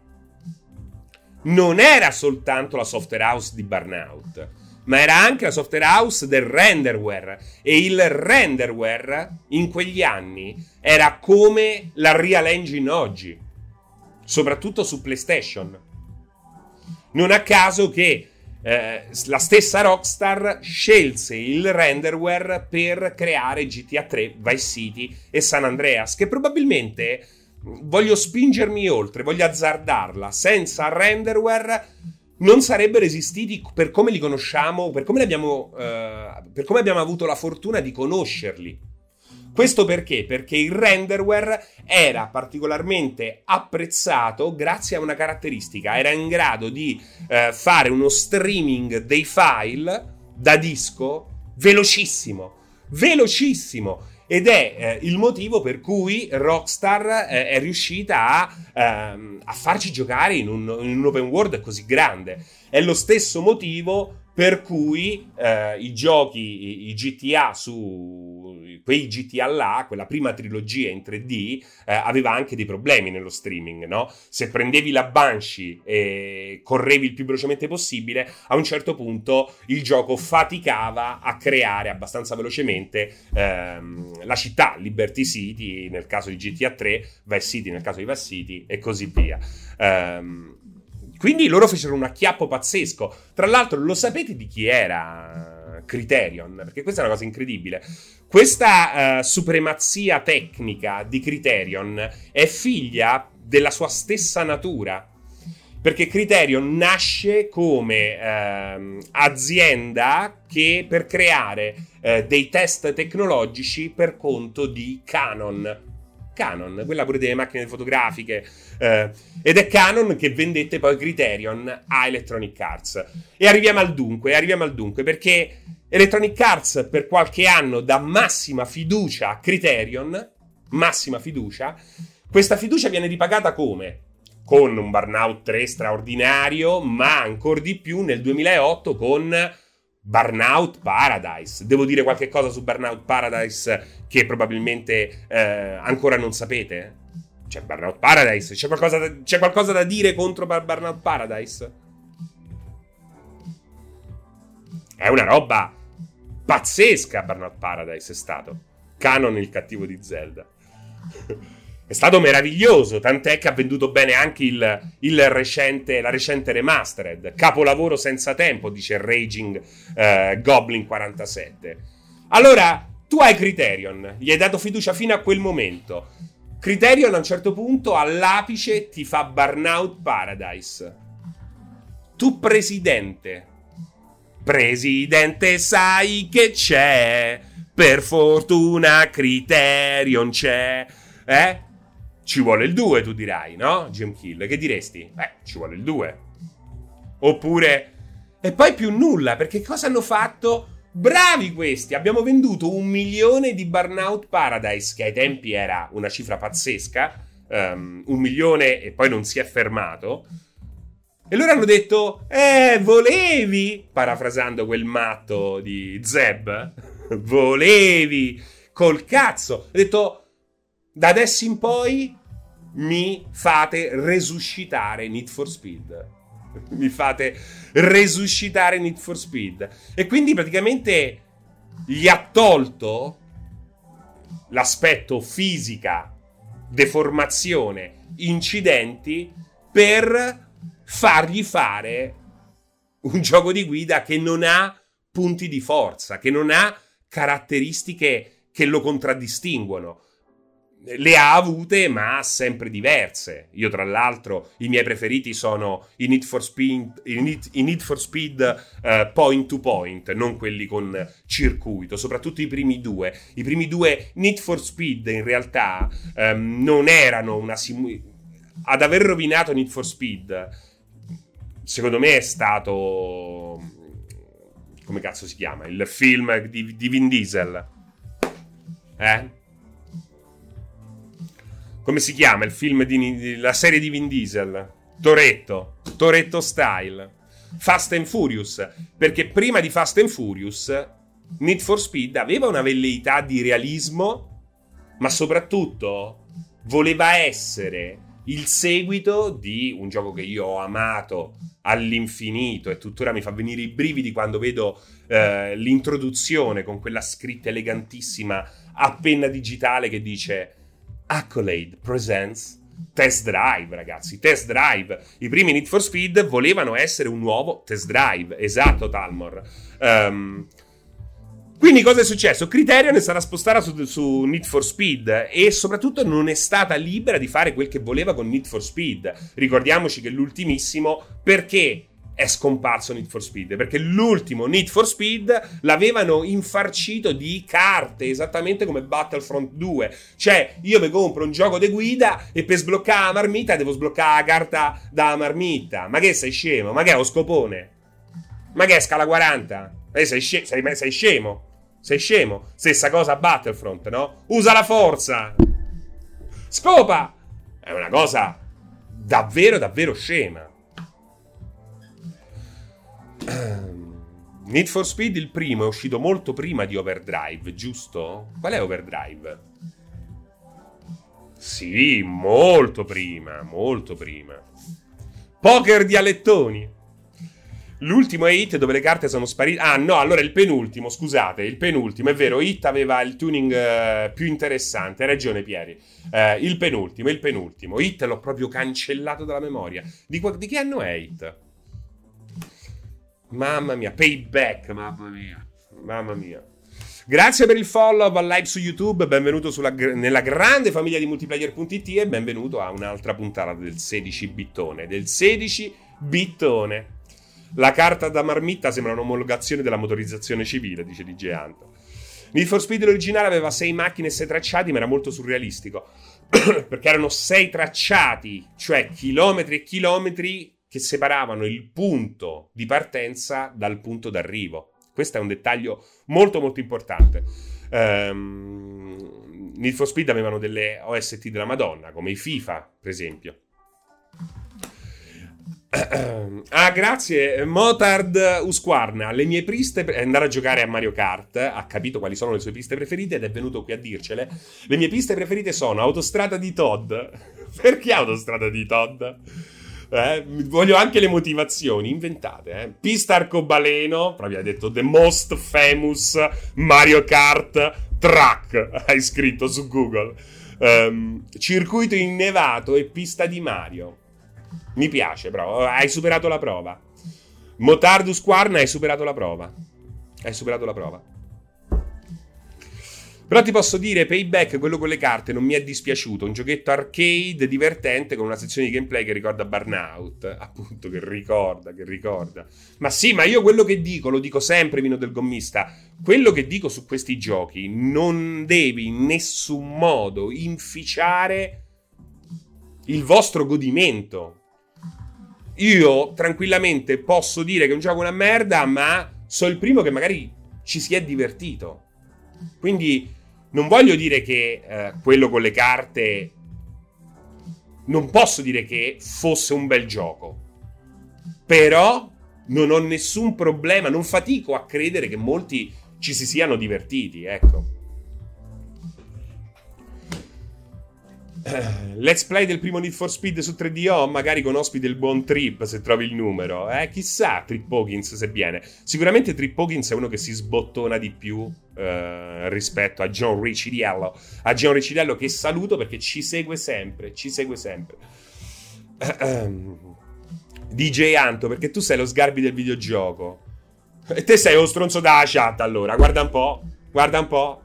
Non era soltanto la software house di Burnout, ma era anche la software house del renderware. E il renderware in quegli anni era come la Real Engine oggi, soprattutto su PlayStation. Non a caso che la stessa Rockstar scelse il renderware per creare GTA 3, Vice City e San Andreas, che probabilmente, voglio spingermi oltre, voglio azzardarla, senza renderware non sarebbero esistiti per come li conosciamo, per come abbiamo avuto la fortuna di conoscerli. Questo perché? Perché il renderware era particolarmente apprezzato grazie a una caratteristica: era in grado di fare uno streaming dei file da disco velocissimo. Ed è il motivo per cui Rockstar è riuscita a farci giocare in un open world così grande. È lo stesso motivo per cui i giochi, i GTA, quei GTA là, quella prima trilogia in 3D, aveva anche dei problemi nello streaming, no? Se prendevi la Banshee e correvi il più velocemente possibile, a un certo punto il gioco faticava a creare abbastanza velocemente la città, Liberty City nel caso di GTA 3, Vice City nel caso di Vice City e così via. Quindi loro fecero un acchiappo pazzesco. Tra l'altro, lo sapete di chi era Criterion? Perché questa è una cosa incredibile. Questa supremazia tecnica di Criterion è figlia della sua stessa natura. Perché Criterion nasce come azienda che per creare dei test tecnologici per conto di Canon, quella pure delle macchine fotografiche, ed è Canon che vendette poi Criterion a Electronic Arts. E arriviamo al dunque, perché Electronic Arts per qualche anno dà massima fiducia a Criterion, massima fiducia. Questa fiducia viene ripagata come? Con un Burnout 3 straordinario, ma ancora di più nel 2008 con Burnout Paradise. Devo dire qualche cosa su Burnout Paradise che probabilmente ancora non sapete? C'è Burnout Paradise, c'è qualcosa da dire contro Burnout Paradise? È una roba pazzesca. Burnout Paradise è stato Canon, il cattivo di Zelda. È stato meraviglioso, tant'è che ha venduto bene anche la recente remastered. Capolavoro senza tempo, dice Raging Goblin 47. Allora, tu hai Criterion, gli hai dato fiducia fino a quel momento. Criterion a un certo punto, all'apice, ti fa Burnout Paradise. Tu presidente, sai che c'è? Per fortuna Criterion c'è. Ci vuole il 2, tu dirai, no? Jim Kill, che diresti? Ci vuole il 2. Oppure... E poi più nulla, perché cosa hanno fatto? Bravi questi! Abbiamo venduto 1 milione di Burnout Paradise, che ai tempi era una cifra pazzesca, 1 milione e poi non si è fermato. E loro hanno detto, volevi, parafrasando quel matto di Zeb, volevi, col cazzo. Ha detto, da adesso in poi mi fate resuscitare Need for Speed. Mi fate resuscitare Need for Speed. E quindi praticamente gli ha tolto l'aspetto fisica, deformazione, incidenti, per fargli fare un gioco di guida che non ha punti di forza, che non ha caratteristiche che lo contraddistinguono. Le ha avute, ma sempre diverse. Io, tra l'altro, i miei preferiti sono i Need for Speed point to point, non quelli con circuito, soprattutto i primi due. I primi due Need for Speed, in realtà, non erano una ad aver rovinato Need for Speed, secondo me, è stato... come cazzo si chiama? Il film di Vin Diesel. Come si chiama il film la serie di Vin Diesel? Toretto Style. Fast and Furious. Perché prima di Fast and Furious Need for Speed aveva una velleità di realismo, ma soprattutto voleva essere il seguito di un gioco che io ho amato all'infinito e tuttora mi fa venire i brividi quando vedo l'introduzione con quella scritta elegantissima a penna digitale che dice Accolade presents Test Drive, ragazzi. Test Drive. I primi Need for Speed volevano essere un nuovo Test Drive. Esatto, Talmor. Quindi cosa è successo? Criterion è stata spostata su Need for Speed e soprattutto non è stata libera di fare quel che voleva con Need for Speed. Ricordiamoci che l'ultimissimo, perché è scomparso Need for Speed? Perché l'ultimo Need for Speed l'avevano infarcito di carte, esattamente come Battlefront 2. Cioè, io mi compro un gioco di guida e per sbloccare la marmita devo sbloccare la carta da marmita. Ma che sei scemo? Ma che è lo scopone? Ma che è scala 40? Sei scemo? Sei scemo? Stessa cosa a Battlefront, no? Usa la forza! Scopa! È una cosa davvero, davvero scema. Need for Speed, il primo, è uscito molto prima di Overdrive, giusto? Qual è Overdrive? Sì, molto prima, molto prima. Poker di Alettoni. L'ultimo è Hit, dove le carte sono sparite. Ah no, allora il penultimo, scusate, il penultimo, è vero, Hit aveva il tuning più interessante, hai ragione Pieri. Il penultimo, Hit l'ho proprio cancellato dalla memoria. Di che anno è Hit? Mamma mia, Payback, mamma mia. Grazie per il follow al live su YouTube, benvenuto nella grande famiglia di multiplayer.it e benvenuto a un'altra puntata del 16 bittone. La carta da marmitta sembra un'omologazione della motorizzazione civile, dice DJ Anto. Need for Speed originale aveva 6 macchine e 6 tracciati, ma era molto surrealistico. Perché erano 6 tracciati, cioè chilometri e chilometri che separavano il punto di partenza dal punto d'arrivo. Questo è un dettaglio molto molto importante. Need for Speed avevano delle OST della Madonna, come i FIFA, per esempio. Grazie Motard Usquarna. Le mie piste è andare a giocare a Mario Kart. Ha capito quali sono le sue piste preferite ed è venuto qui a dircele. Le mie piste preferite sono Autostrada di Todd. Perché Autostrada di Todd? Voglio anche le motivazioni inventate. Pista arcobaleno, proprio hai detto the most famous Mario Kart track, hai scritto su Google. Circuito innevato e pista di Mario. Mi piace, bravo, hai superato la prova. Motardus Quarna, hai superato la prova. Però ti posso dire, Payback, quello con le carte, non mi è dispiaciuto. Un giochetto arcade divertente con una sezione di gameplay che ricorda Burnout. Appunto, che ricorda. Ma sì, ma io quello che dico, lo dico sempre, Vino del Gommista. Quello che dico su questi giochi, non devi in nessun modo inficiare il vostro godimento. Io tranquillamente posso dire che un gioco è una merda, ma sono il primo che magari ci si è divertito. Quindi non voglio dire che quello con le carte, non posso dire che fosse un bel gioco, però non ho nessun problema, non fatico a credere che molti ci si siano divertiti, ecco. Let's play del primo Need for Speed su 3DO, magari con ospite il buon Trip, se trovi il numero. Chissà Trip Hawkins se viene. Sicuramente Trip Hawkins è uno che si sbottona di più rispetto a John Riccidiello. A John Riccidiello, che saluto perché ci segue sempre. DJ Anto, perché tu sei lo Sgarbi del videogioco. E te sei lo stronzo della chat, allora. Guarda un po'.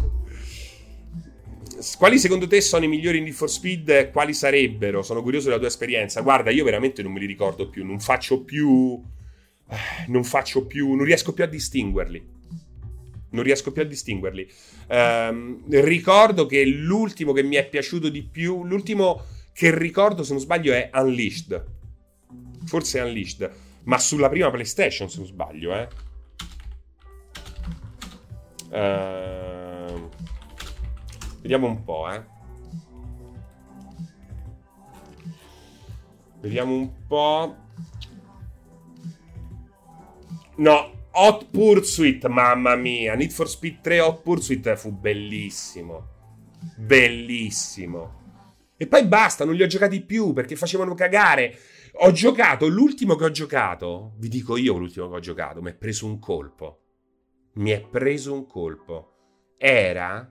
Quali secondo te sono i migliori Need for Speed? Quali sarebbero? Sono curioso della tua esperienza. Guarda, io veramente non me li ricordo più. Non riesco più a distinguerli. Ricordo che l'ultimo che mi è piaciuto di più, l'ultimo che ricordo, se non sbaglio, è Unleashed. Forse è Unleashed, ma sulla prima PlayStation, se non sbaglio, Vediamo un po', Vediamo un po'. No, Hot Pursuit, mamma mia. Need for Speed 3 Hot Pursuit fu bellissimo. E poi basta, non li ho giocati più perché facevano cagare. L'ultimo che ho giocato, vi dico io l'ultimo che ho giocato, mi è preso un colpo. Era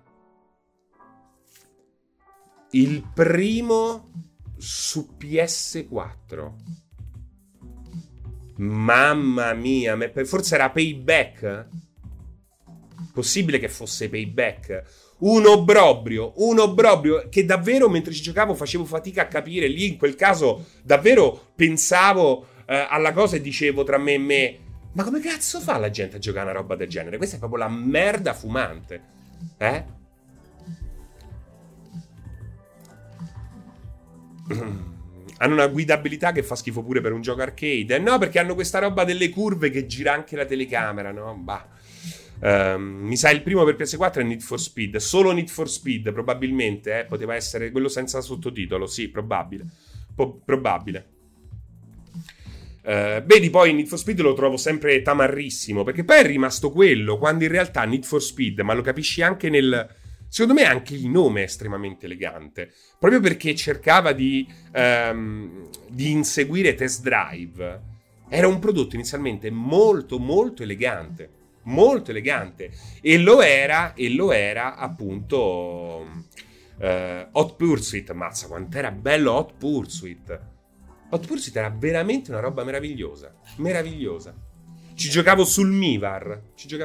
il primo su PS4. Mamma mia, forse era Payback? Possibile che fosse Payback? Un obbrobrio che davvero mentre ci giocavo facevo fatica a capire. Lì in quel caso davvero pensavo alla cosa e dicevo tra me e me: ma come cazzo fa la gente a giocare una roba del genere? Questa è proprio la merda fumante. Hanno una guidabilità che fa schifo pure per un gioco arcade. No, perché hanno questa roba delle curve che gira anche la telecamera, no? Mi sa il primo per PS4 è Need for Speed. Solo Need for Speed, probabilmente, poteva essere quello senza sottotitolo. Sì, probabile. Vedi, poi Need for Speed lo trovo sempre tamarrissimo, perché poi è rimasto quello, quando in realtà Need for Speed, ma lo capisci anche secondo me anche il nome è estremamente elegante, proprio perché cercava di inseguire Test Drive. Era un prodotto inizialmente molto molto elegante, e lo era appunto Hot Pursuit. Mazza quant'era bello Hot Pursuit era veramente una roba meravigliosa. Ci giocavo sul Mivar.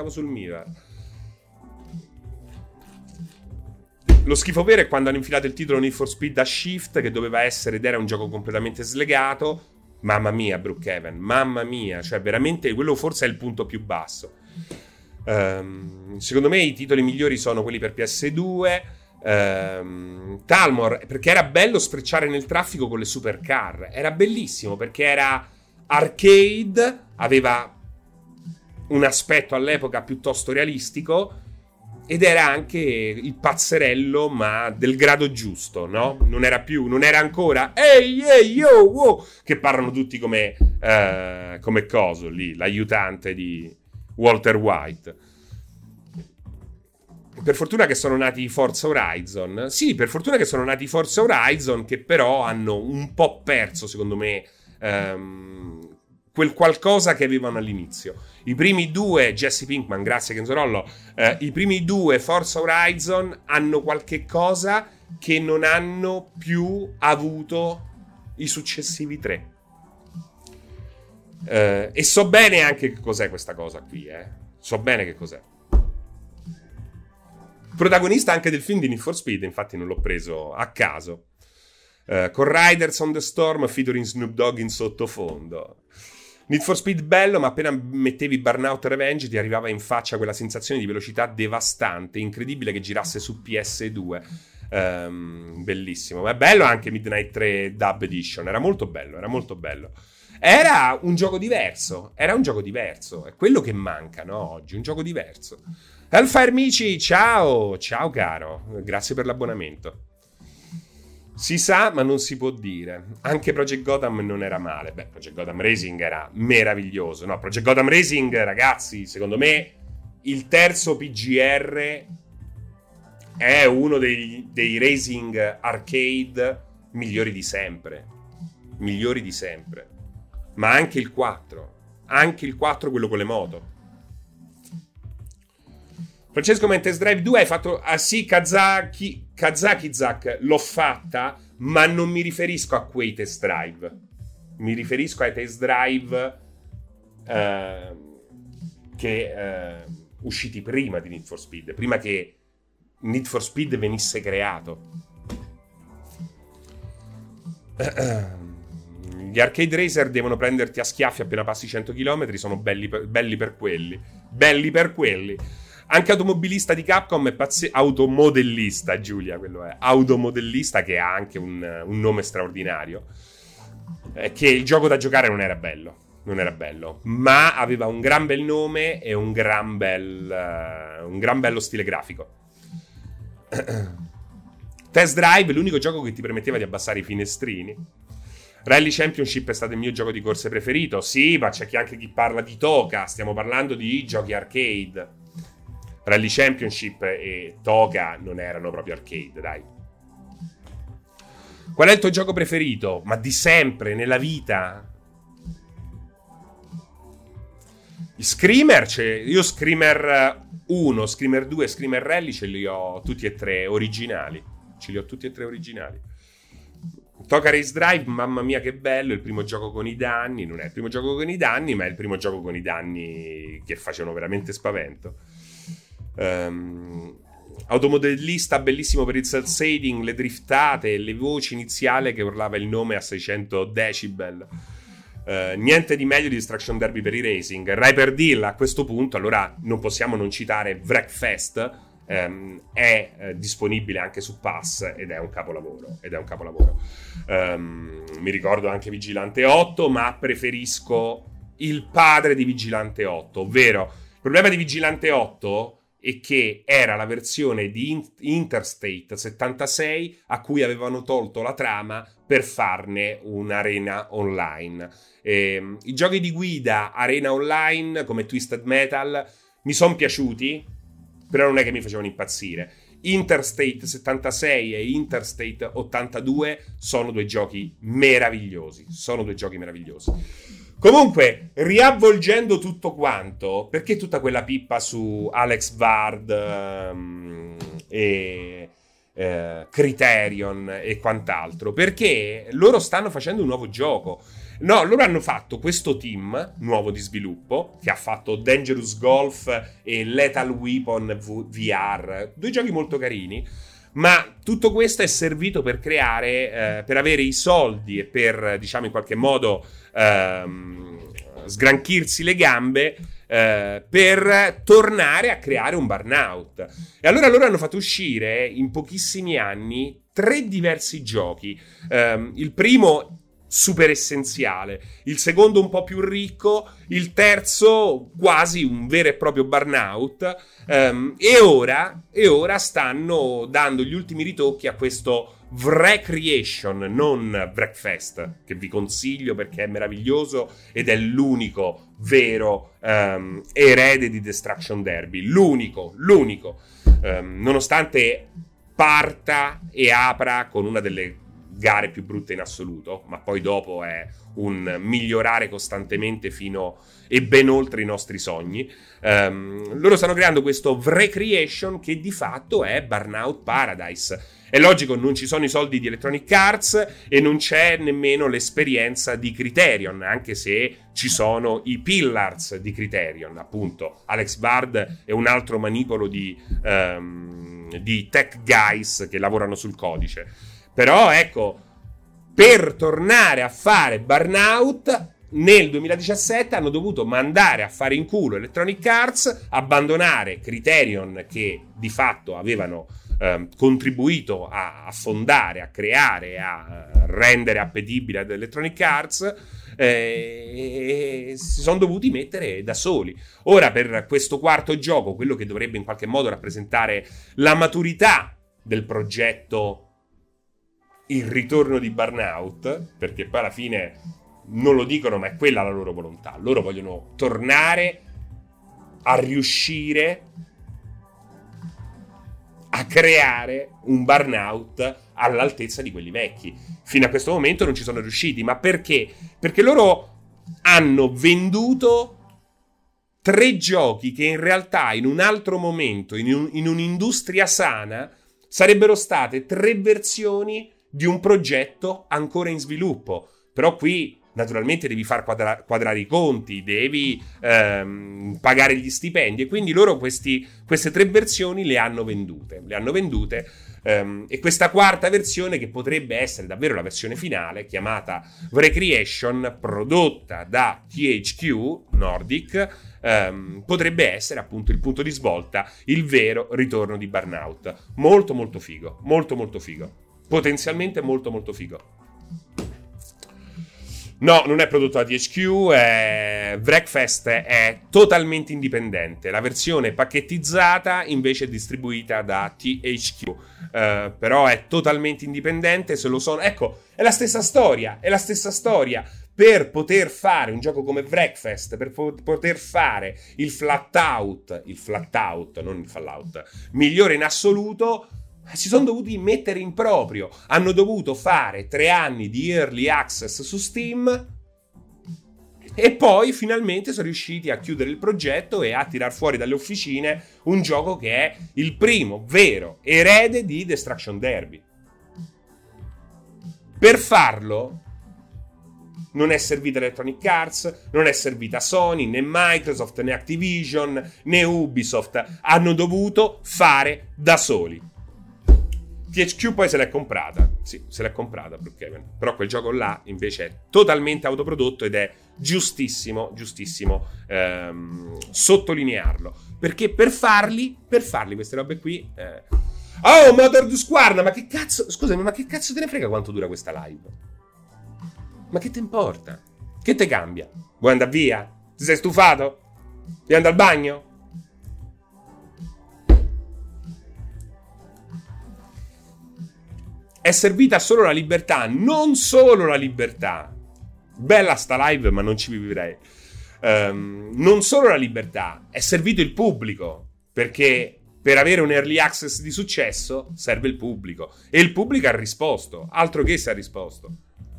Lo schifo vero è quando hanno infilato il titolo Need for Speed a Shift, che doveva essere ed era un gioco completamente slegato. Mamma mia, Brookhaven, mamma mia. Cioè veramente quello forse è il punto più basso. Secondo me i titoli migliori sono quelli per PS2. Talmor, perché era bello sfrecciare nel traffico con le supercar. Era bellissimo perché era arcade, aveva un aspetto all'epoca piuttosto realistico ed era anche il pazzerello, ma del grado giusto, no? Non era ancora ehi yo wow, che parlano tutti come coso lì, l'aiutante di Walter White. Per fortuna che sono nati Forza Horizon. Sì, per fortuna che sono nati Forza Horizon, che però hanno un po' perso, secondo me, quel qualcosa che avevano all'inizio. I primi due, Jesse Pinkman, grazie Kenzorollo, i primi due Forza Horizon hanno qualche cosa che non hanno più avuto i successivi tre. E so bene anche che cos'è questa cosa qui, So bene che cos'è. Protagonista anche del film di Need for Speed, infatti non l'ho preso a caso. Con Riders on the Storm featuring Snoop Dogg in sottofondo. Need for Speed bello, ma appena mettevi Burnout Revenge ti arrivava in faccia quella sensazione di velocità devastante, incredibile che girasse su PS2. Bellissimo. Ma è bello anche Midnight 3 Dub Edition, era molto bello. Era un gioco diverso, è quello che manca, no, oggi, un gioco diverso. Hellfire Mici, ciao caro, grazie per l'abbonamento. Si sa, ma non si può dire. Anche Project Gotham non era male. Beh, Project Gotham Racing era meraviglioso. No, Project Gotham Racing, ragazzi, secondo me il terzo PGR è uno dei racing arcade migliori di sempre. Ma anche il 4. Anche il 4, quello con le moto. Francesco Mentes Drive 2 hai fatto... Ah sì, Kazaki-Zak, l'ho fatta, ma non mi riferisco a quei test drive. Mi riferisco ai test drive che usciti prima di Need for Speed, prima che Need for Speed venisse creato. Gli arcade racer devono prenderti a schiaffi appena passi 100 km, sono belli per quelli. Anche automobilista di Capcom è automodellista, Giulia, quello è. Automodellista, che ha anche un nome straordinario. Che il gioco da giocare non era bello, ma aveva un gran bel nome e un gran bello stile grafico. Test Drive, l'unico gioco che ti permetteva di abbassare i finestrini. Rally Championship è stato il mio gioco di corse preferito. Sì, ma c'è anche chi parla di Toka. Stiamo parlando di giochi arcade. Rally Championship e Toka non erano proprio arcade, dai. Qual è il tuo gioco preferito? Ma di sempre, nella vita? Screamer, io Screamer 1, Screamer 2 e Screamer Rally ce li ho tutti e tre originali. Toka Race Drive, mamma mia che bello, il primo gioco con i danni. Non è il primo gioco con i danni, ma è il primo gioco con i danni che facevano veramente spavento. Automodellista bellissimo per il cel shading, le driftate e le voci iniziali che urlava il nome a 600 decibel. Niente di meglio di Destruction Derby per i racing. Ryper Deal, a questo punto allora non possiamo non citare Wreckfest. È disponibile anche su Pass ed è un capolavoro. Mi ricordo anche Vigilante 8, ma preferisco il padre di Vigilante 8, ovvero il problema di Vigilante 8 è che era la versione di Interstate 76 a cui avevano tolto la trama per farne un'arena online. I giochi di guida arena online come Twisted Metal mi sono piaciuti, però non è che mi facevano impazzire. Interstate 76 e Interstate 82 sono due giochi meravigliosi. Comunque, riavvolgendo tutto quanto, perché tutta quella pippa su Alex Bard e Criterion e quant'altro? Perché loro stanno facendo un nuovo gioco. No, loro hanno fatto questo team nuovo di sviluppo che ha fatto Dangerous Golf e Lethal Weapon VR, due giochi molto carini, ma tutto questo è servito per creare, per avere i soldi e per, diciamo, in qualche modo sgranchirsi le gambe per tornare a creare un Burnout. E allora loro hanno fatto uscire in pochissimi anni 3 diversi giochi. Il primo super essenziale, il secondo un po' più ricco, il terzo quasi un vero e proprio Burnout, e ora stanno dando gli ultimi ritocchi a questo Wreckreation, non Wreckfest, che vi consiglio perché è meraviglioso ed è l'unico vero erede di Destruction Derby, l'unico, nonostante parta e apra con una delle gare più brutte in assoluto, ma poi dopo è un migliorare costantemente fino e ben oltre i nostri sogni. Loro stanno creando questo Wreckreation che di fatto è Burnout Paradise. È logico, non ci sono i soldi di Electronic Arts e non c'è nemmeno l'esperienza di Criterion, anche se ci sono i pillars di Criterion, appunto. Alex Bard è un altro manipolo di tech guys che lavorano sul codice. Però, ecco, per tornare a fare Burnout, nel 2017 hanno dovuto mandare a fare in culo Electronic Arts, abbandonare Criterion, che di fatto avevano contribuito a fondare, a creare, a rendere appetibile ad Electronic Arts, e si sono dovuti mettere da soli. Ora, per questo quarto gioco, quello che dovrebbe in qualche modo rappresentare la maturità del progetto, il ritorno di Burnout, perché poi alla fine non lo dicono, ma è quella la loro volontà. Loro vogliono tornare a riuscire a creare un Burnout all'altezza di quelli vecchi. Fino a questo momento non ci sono riusciti. Ma perché? Perché loro hanno venduto 3 giochi che in realtà in un altro momento, in un'industria sana, sarebbero state 3 versioni di un progetto ancora in sviluppo. Però qui naturalmente devi far quadrare i conti, devi pagare gli stipendi, e quindi loro queste 3 versioni le hanno vendute, e questa quarta versione, che potrebbe essere davvero la versione finale, chiamata Recreation, prodotta da THQ Nordic, potrebbe essere appunto il punto di svolta, il vero ritorno di Burnout. Molto molto figo, molto molto figo, potenzialmente molto molto figo. No, non è prodotto da THQ, Wreckfest è totalmente indipendente. La versione pacchettizzata invece è distribuita da THQ, però è totalmente indipendente. Se lo sono, ecco, è la stessa storia. Per poter fare un gioco come Wreckfest, per poter fare il flat out, non il Fallout, migliore in assoluto, si sono dovuti mettere in proprio. Hanno dovuto fare 3 anni di early access su Steam e poi finalmente sono riusciti a chiudere il progetto e a tirar fuori dalle officine un gioco che è il primo vero erede di Destruction Derby. Per farlo non è servita Electronic Arts, non è servita Sony, né Microsoft, né Activision, né Ubisoft. Hanno dovuto fare da soli. THQ poi se l'è comprata. Sì, se l'è comprata Brookhaven. Però quel gioco là invece è totalmente autoprodotto ed è giustissimo sottolinearlo. Perché per farli queste robe qui... Oh, Motor di Squarna, ma che cazzo... Scusami, ma che cazzo te ne frega quanto dura questa live? Ma che te importa? Che te cambia? Vuoi andare via? Ti sei stufato? Devi andare al bagno? È servita solo la libertà, non solo la libertà. Bella sta live, ma non ci vivrei. Non solo la libertà, è servito il pubblico, perché per avere un early access di successo serve il pubblico, e il pubblico ha risposto, altro che se ha risposto.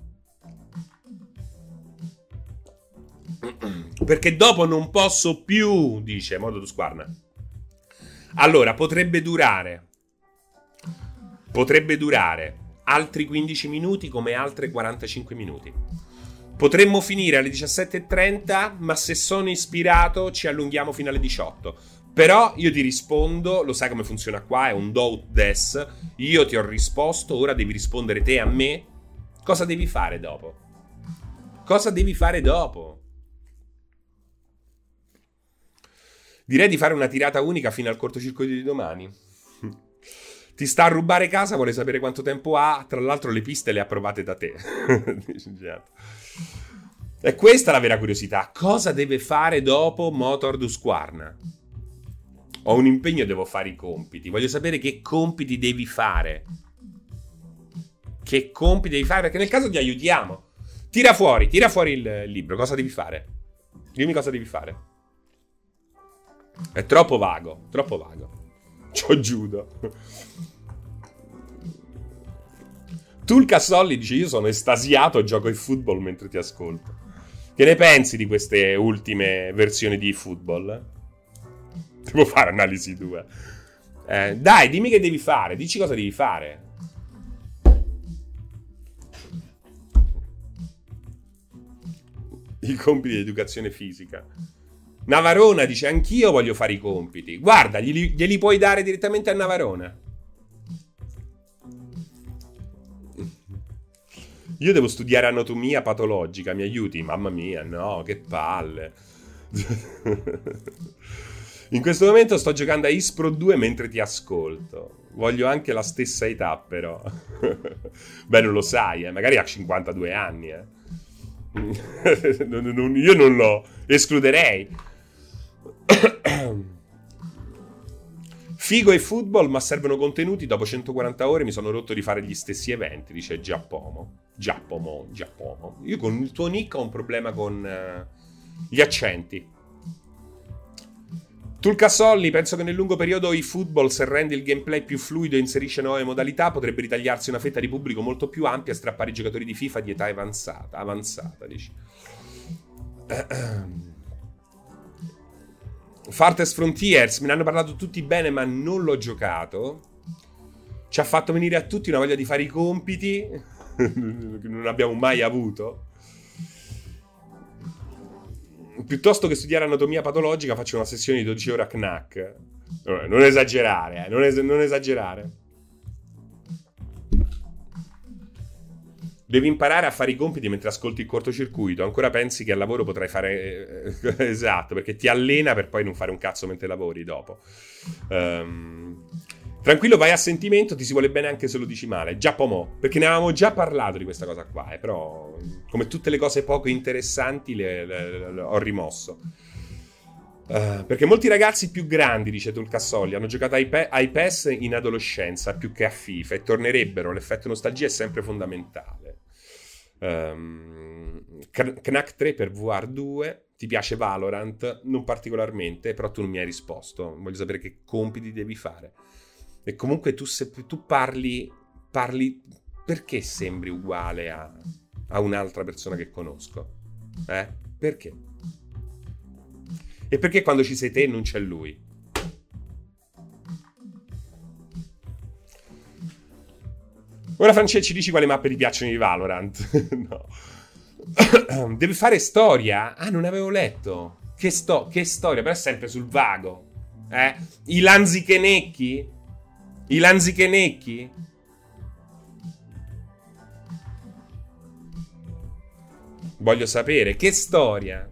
Perché dopo non posso più, dice Modo Squarna. Allora, potrebbe durare altri 15 minuti come altre 45 minuti. Potremmo finire alle 17:30, ma se sono ispirato ci allunghiamo fino alle 18. Però io ti rispondo, lo sai come funziona qua, è un do ut des. Io ti ho risposto, ora devi rispondere te a me. Cosa devi fare dopo? Direi di fare una tirata unica fino al cortocircuito di domani. Ti sta a rubare casa, vuole sapere quanto tempo ha. Tra l'altro le piste le ha provate da te. E questa è la vera curiosità. Cosa deve fare dopo Motor di Squarna? Ho un impegno, devo fare i compiti. Voglio sapere che compiti devi fare. Perché nel caso ti aiutiamo. Tira fuori il libro. Cosa devi fare? Dimmi cosa devi fare. È troppo vago. C'ho giudo. Tulcasolli dice: io sono estasiato, gioco il football mentre ti ascolto. Che ne pensi di queste ultime versioni di football? Devo fare analisi tua. Dai, dimmi che devi fare. Dici cosa devi fare. i compiti di educazione fisica. Navarona dice: anch'io voglio fare i compiti. Guarda, glieli puoi dare direttamente a Navarona. Io devo studiare anatomia patologica, mi aiuti? Mamma mia, no, che palle. In questo momento sto giocando a Ispro 2 mentre ti ascolto. Voglio anche la stessa età, però. Beh, non lo sai, magari ha 52 anni. Io non lo escluderei. Figo e football, ma servono contenuti. Dopo 140 ore mi sono rotto di fare gli stessi eventi, dice Giacomo. Io con il tuo nick ho un problema con gli accenti. Tulcasolli, penso che nel lungo periodo i football, se rende il gameplay più fluido e inserisce nuove modalità, potrebbe ritagliarsi una fetta di pubblico molto più ampia e strappare i giocatori di FIFA di età avanzata, dici. Fartest Frontiers, me ne hanno parlato tutti bene, ma non l'ho giocato. Ci ha fatto venire a tutti una voglia di fare i compiti che non abbiamo mai avuto. Piuttosto che studiare anatomia patologica faccio una sessione di 12 ore a Knack. Non esagerare, non esagerare. Devi imparare a fare i compiti mentre ascolti il cortocircuito. Ancora pensi che al lavoro potrai fare... esatto, perché ti allena per poi non fare un cazzo mentre lavori dopo. Tranquillo, vai a sentimento, ti si vuole bene anche se lo dici male. Giacomo, perché ne avevamo già parlato di questa cosa qua, però come tutte le cose poco interessanti le ho rimosso. Perché molti ragazzi più grandi, dice Tulcassoli, hanno giocato ai PES in adolescenza più che a FIFA e tornerebbero. L'effetto nostalgia è sempre fondamentale. Knack 3 per VR 2. Ti piace Valorant? Non particolarmente, però tu non mi hai risposto. Voglio sapere che compiti devi fare. E comunque tu parli perché sembri uguale a un'altra persona che conosco? Perché? E perché quando ci sei te non c'è lui? Ora Francesci, dici quale mappe ti piacciono di Valorant? No. Deve fare storia? Ah, non avevo letto. Che storia? Però è sempre sul vago. I lanzichenecchi? I lanzichenecchi? Voglio sapere, che storia?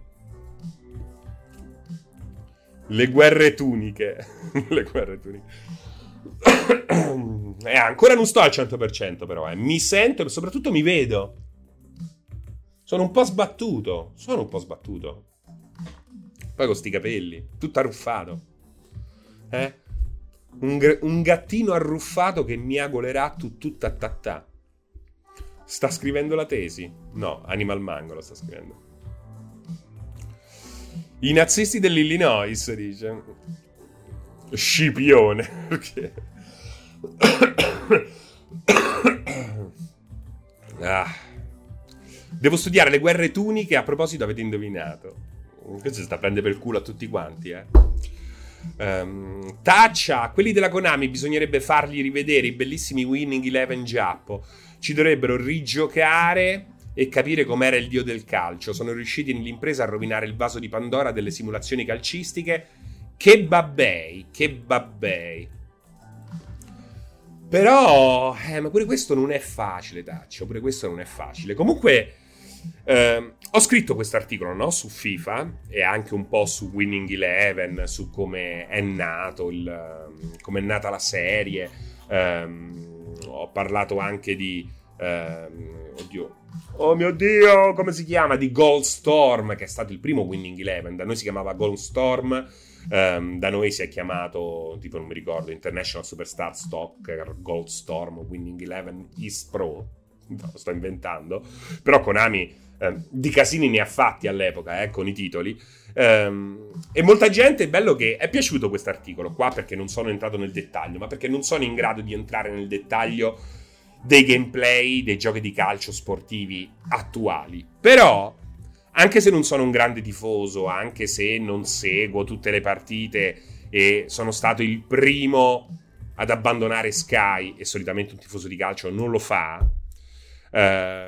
Le guerre tuniche. Le guerre tuniche. Ancora non sto al 100% però, Mi sento e soprattutto mi vedo. Sono un po' sbattuto. Poi con sti capelli, tutto arruffato. Un gattino arruffato che miagolerà tutta. Sta scrivendo la tesi? No, Animal Mango lo sta scrivendo. I nazisti dell'Illinois, dice. Scipione. Perché? Devo studiare le guerre tuniche. A proposito, avete indovinato? Questo sta a prendere per culo a tutti quanti, Taccia, quelli della Konami bisognerebbe fargli rivedere i bellissimi Winning Eleven Giappo. Ci dovrebbero rigiocare e capire com'era il dio del calcio. Sono riusciti nell'impresa a rovinare il vaso di Pandora delle simulazioni calcistiche. Che babbei. Però ma pure questo non è facile, Taccio. Pure questo non è facile. Comunque ho scritto questo articolo, no? Su FIFA e anche un po' su Winning Eleven, su come è nato come è nata la serie. Ho parlato anche di oh mio Dio, come si chiama? Di Goldstorm, che è stato il primo Winning Eleven. Da noi si chiamava Goldstorm, da noi si è chiamato, tipo non mi ricordo, International Superstar Soccer Goldstorm Winning Eleven East Pro. No, sto inventando. Però Konami di casini ne ha fatti all'epoca, con i titoli. E molta gente, è bello che è piaciuto questo articolo qua, perché non sono entrato nel dettaglio, ma perché non sono in grado di entrare nel dettaglio dei gameplay dei giochi di calcio sportivi attuali. Però, anche se non sono un grande tifoso, anche se non seguo tutte le partite e sono stato il primo ad abbandonare Sky, e solitamente un tifoso di calcio non lo fa,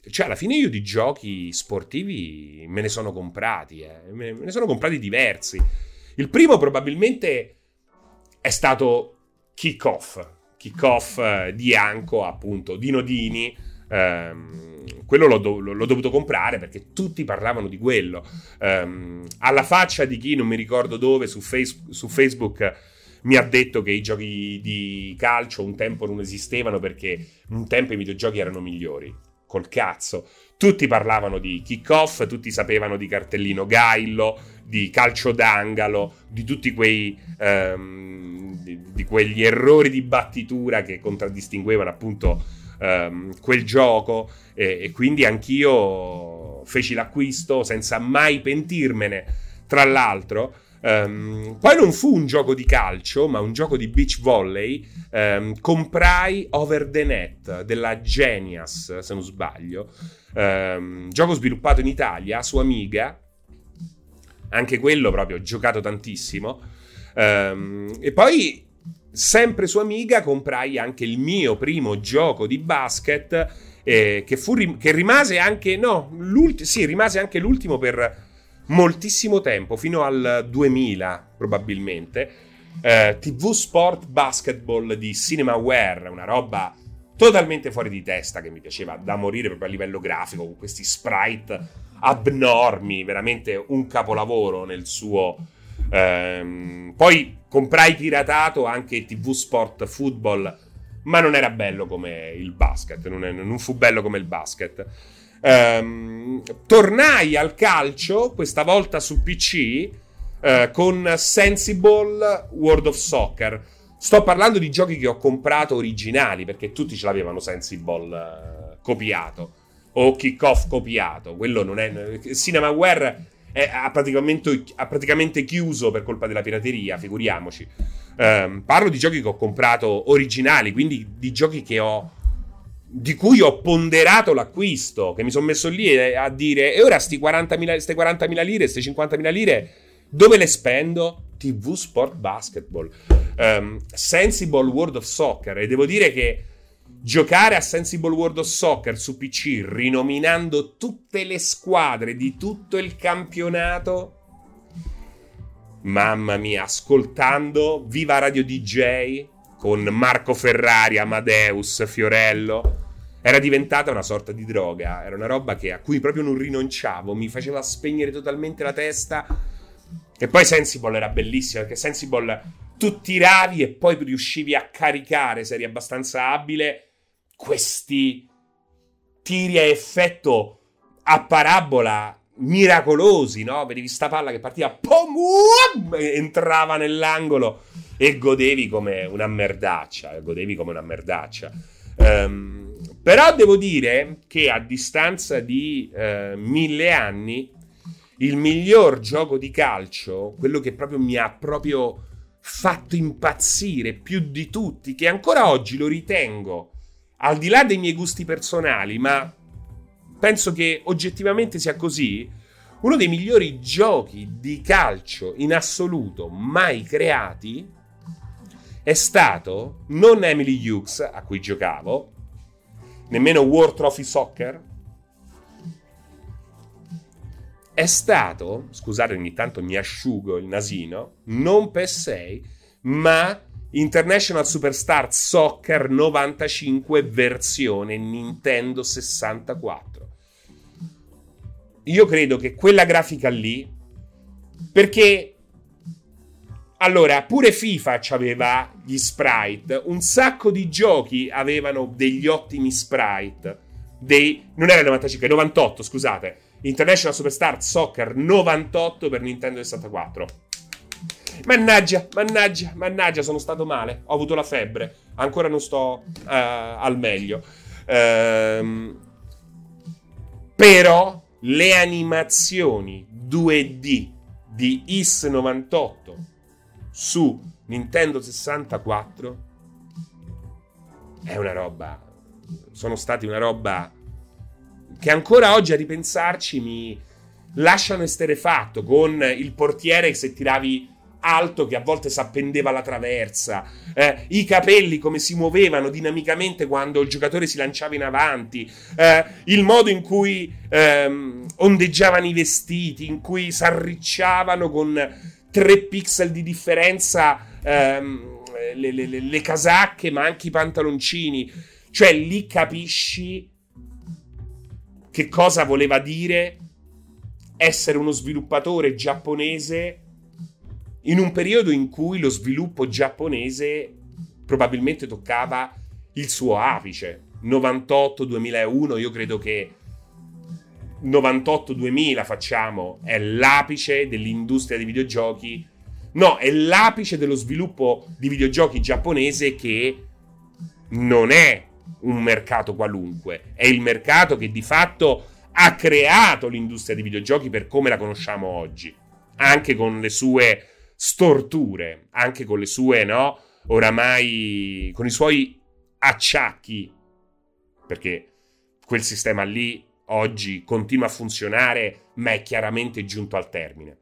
Cioè, alla fine io di giochi sportivi me ne sono comprati, me ne sono comprati diversi. Il primo probabilmente è stato Kick-Off di Anco, appunto, di Nodini. Quello l'ho dovuto comprare perché tutti parlavano di quello. Alla faccia di chi, non mi ricordo dove, su Facebook mi ha detto che i giochi di calcio un tempo non esistevano perché un tempo i videogiochi erano migliori. Col cazzo. Tutti parlavano di Kick-Off, tutti sapevano di Cartellino Gaillo, di Calcio d'Angalo, di tutti quei di quegli errori di battitura che contraddistinguevano appunto quel gioco, e quindi anch'io feci l'acquisto senza mai pentirmene. Tra l'altro poi non fu un gioco di calcio, ma un gioco di beach volley. Comprai Over the Net della Genius, se non sbaglio, gioco sviluppato in Italia su Amiga, anche quello proprio giocato tantissimo. E poi sempre su Amiga comprai anche il mio primo gioco di basket, che rimase anche rimase anche l'ultimo per moltissimo tempo, fino al 2000 probabilmente. TV Sport Basketball di Cinemaware, una roba totalmente fuori di testa che mi piaceva da morire proprio a livello grafico, con questi sprite abnormi, veramente un capolavoro nel suo. Poi comprai piratato anche TV Sport Football, ma non era bello come il basket, non fu bello come il basket. Tornai al calcio, questa volta su PC, con Sensible World of Soccer. Sto parlando di giochi che ho comprato originali, perché tutti ce l'avevano Sensible copiato o Kick-Off copiato. Quello non è. Cinemaware ha praticamente chiuso per colpa della pirateria, figuriamoci. Parlo di giochi che ho comprato originali, quindi di giochi di cui ho ponderato l'acquisto, che mi sono messo lì a dire: e ora ste 40.000 lire, ste 50.000 lire, dove le spendo? TV Sport Basketball, Sensible World of Soccer. E devo dire che giocare a Sensible World of Soccer su PC, rinominando tutte le squadre di tutto il campionato, mamma mia, ascoltando Viva Radio DJ con Marco Ferrari, Amadeus, Fiorello, era diventata una sorta di droga. Era una roba a cui proprio non rinunciavo, mi faceva spegnere totalmente la testa. E poi Sensible era bellissimo, perché Sensible tu tiravi e poi riuscivi a caricare, se eri abbastanza abile, questi tiri a effetto a parabola miracolosi, no? Vedevi sta palla che partiva, pom, entrava nell'angolo e godevi come una merdaccia. Però devo dire che a distanza di 1000 anni, il miglior gioco di calcio, quello che proprio mi ha proprio fatto impazzire più di tutti, che ancora oggi lo ritengo, al di là dei miei gusti personali, ma penso che oggettivamente sia così, uno dei migliori giochi di calcio in assoluto mai creati è stato non Emily Hughes, a cui giocavo, nemmeno World Trophy Soccer. È stato, scusate ogni tanto mi asciugo il nasino, non PS6, ma International Superstar Soccer 95 versione Nintendo 64. Io credo che quella grafica lì, perché allora pure FIFA c'aveva gli sprite, un sacco di giochi avevano degli ottimi sprite, non era 95, 98, scusate. International Superstar Soccer 98 per Nintendo 64. Mannaggia, sono stato male. Ho avuto la febbre. Ancora non sto al meglio. Però le animazioni 2D di IS 98 su Nintendo 64 è una roba. Sono stati una roba che ancora oggi a ripensarci mi lasciano esterrefatto, con il portiere che se tiravi alto che a volte s'appendeva alla traversa, i capelli come si muovevano dinamicamente quando il giocatore si lanciava in avanti, il modo in cui ondeggiavano i vestiti, in cui s'arricciavano con 3 pixel di differenza le casacche, ma anche i pantaloncini. Cioè lì capisci che cosa voleva dire essere uno sviluppatore giapponese in un periodo in cui lo sviluppo giapponese probabilmente toccava il suo apice. 98-2001, io credo che 98-2000 facciamo, è l'apice dell'industria dei videogiochi. No, è l'apice dello sviluppo di videogiochi giapponese, che non è un mercato qualunque, è il mercato che di fatto ha creato l'industria dei videogiochi per come la conosciamo oggi, anche con le sue storture, anche con le sue, no, oramai con i suoi acciacchi, perché quel sistema lì oggi continua a funzionare, ma è chiaramente giunto al termine.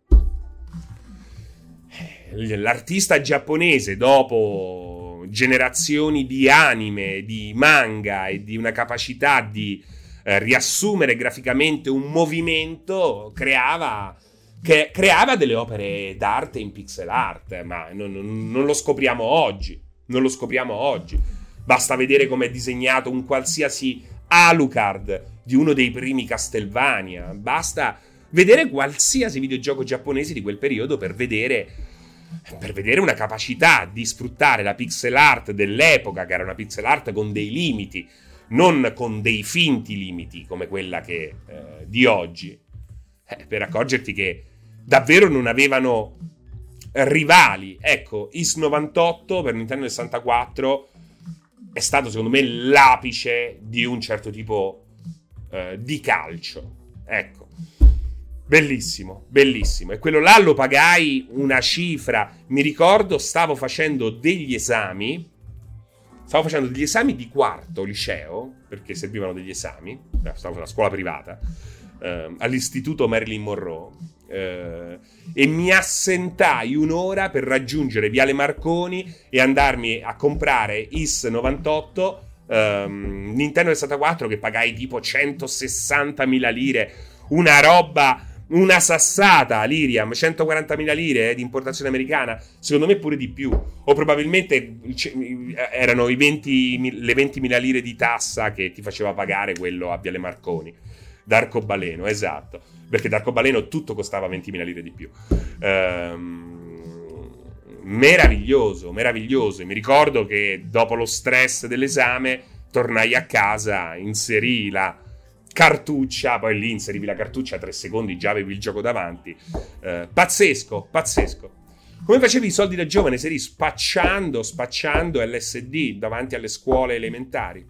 L'artista giapponese, dopo generazioni di anime, di manga e di una capacità di riassumere graficamente un movimento, creava delle opere d'arte in pixel art, ma non lo scopriamo oggi. Non lo scopriamo oggi. Basta vedere come è disegnato un qualsiasi Alucard di uno dei primi Castlevania. Basta vedere qualsiasi videogioco giapponese di quel periodo per vedere una capacità di sfruttare la pixel art dell'epoca, che era una pixel art con dei limiti, non con dei finti limiti come quella di oggi, per accorgerti che davvero non avevano rivali. Ecco, Is 98 per Nintendo 64 è stato secondo me l'apice di un certo tipo di calcio. Ecco, bellissimo, bellissimo. E quello là lo pagai una cifra. Mi ricordo, stavo facendo degli esami di quarto liceo, perché servivano degli esami, stavo alla scuola privata, all'istituto Marilyn Monroe, e mi assentai un'ora per raggiungere Viale Marconi e andarmi a comprare Is 98 Nintendo 64, che pagai tipo 160.000 lire, una roba, una sassata. L'Iriam, 140.000 lire di importazione americana, secondo me pure di più, o probabilmente erano le 20.000 lire di tassa che ti faceva pagare quello a Viale Marconi d'Arcobaleno, esatto, perché d'Arcobaleno tutto costava 20.000 lire di più. Meraviglioso, meraviglioso. E mi ricordo che dopo lo stress dell'esame tornai a casa, inserì la cartuccia, poi lì inserivi la cartuccia, 3 secondi già avevi il gioco davanti. Pazzesco, pazzesco. Come facevi i soldi da giovane? Sei lì spacciando LSD davanti alle scuole elementari.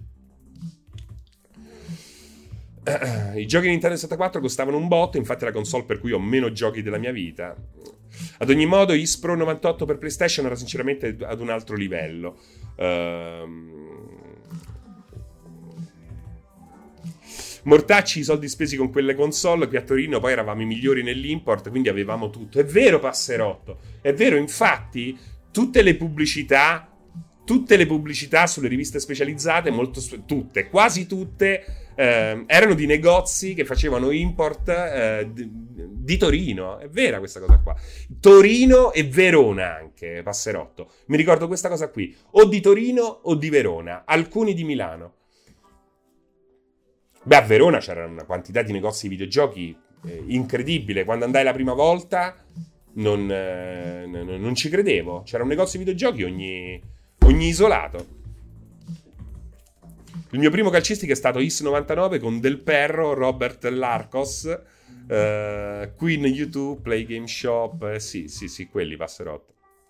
I giochi di Nintendo 64 costavano un botto, infatti è la console per cui ho meno giochi della mia vita. Ad ogni modo, Is Pro 98 per PlayStation era sinceramente ad un altro livello. Mortacci i soldi spesi con quelle console. Qui a Torino poi eravamo i migliori nell'import, quindi avevamo tutto. È vero, Passerotto, è vero. Infatti tutte le pubblicità sulle riviste specializzate, quasi tutte erano di negozi che facevano import di Torino. È vera questa cosa qua. Torino e Verona anche, Passerotto. Mi ricordo questa cosa qui, o di Torino o di Verona, alcuni di Milano. Beh, a Verona c'era una quantità di negozi di videogiochi incredibile. Quando andai la prima volta non ci credevo. C'era un negozio di videogiochi ogni isolato. Il mio primo calcistico è stato Is 99 con Del Perro, Robert Larcos, Queen YouTube, Play Game Shop. Sì, quelli, Passerotto.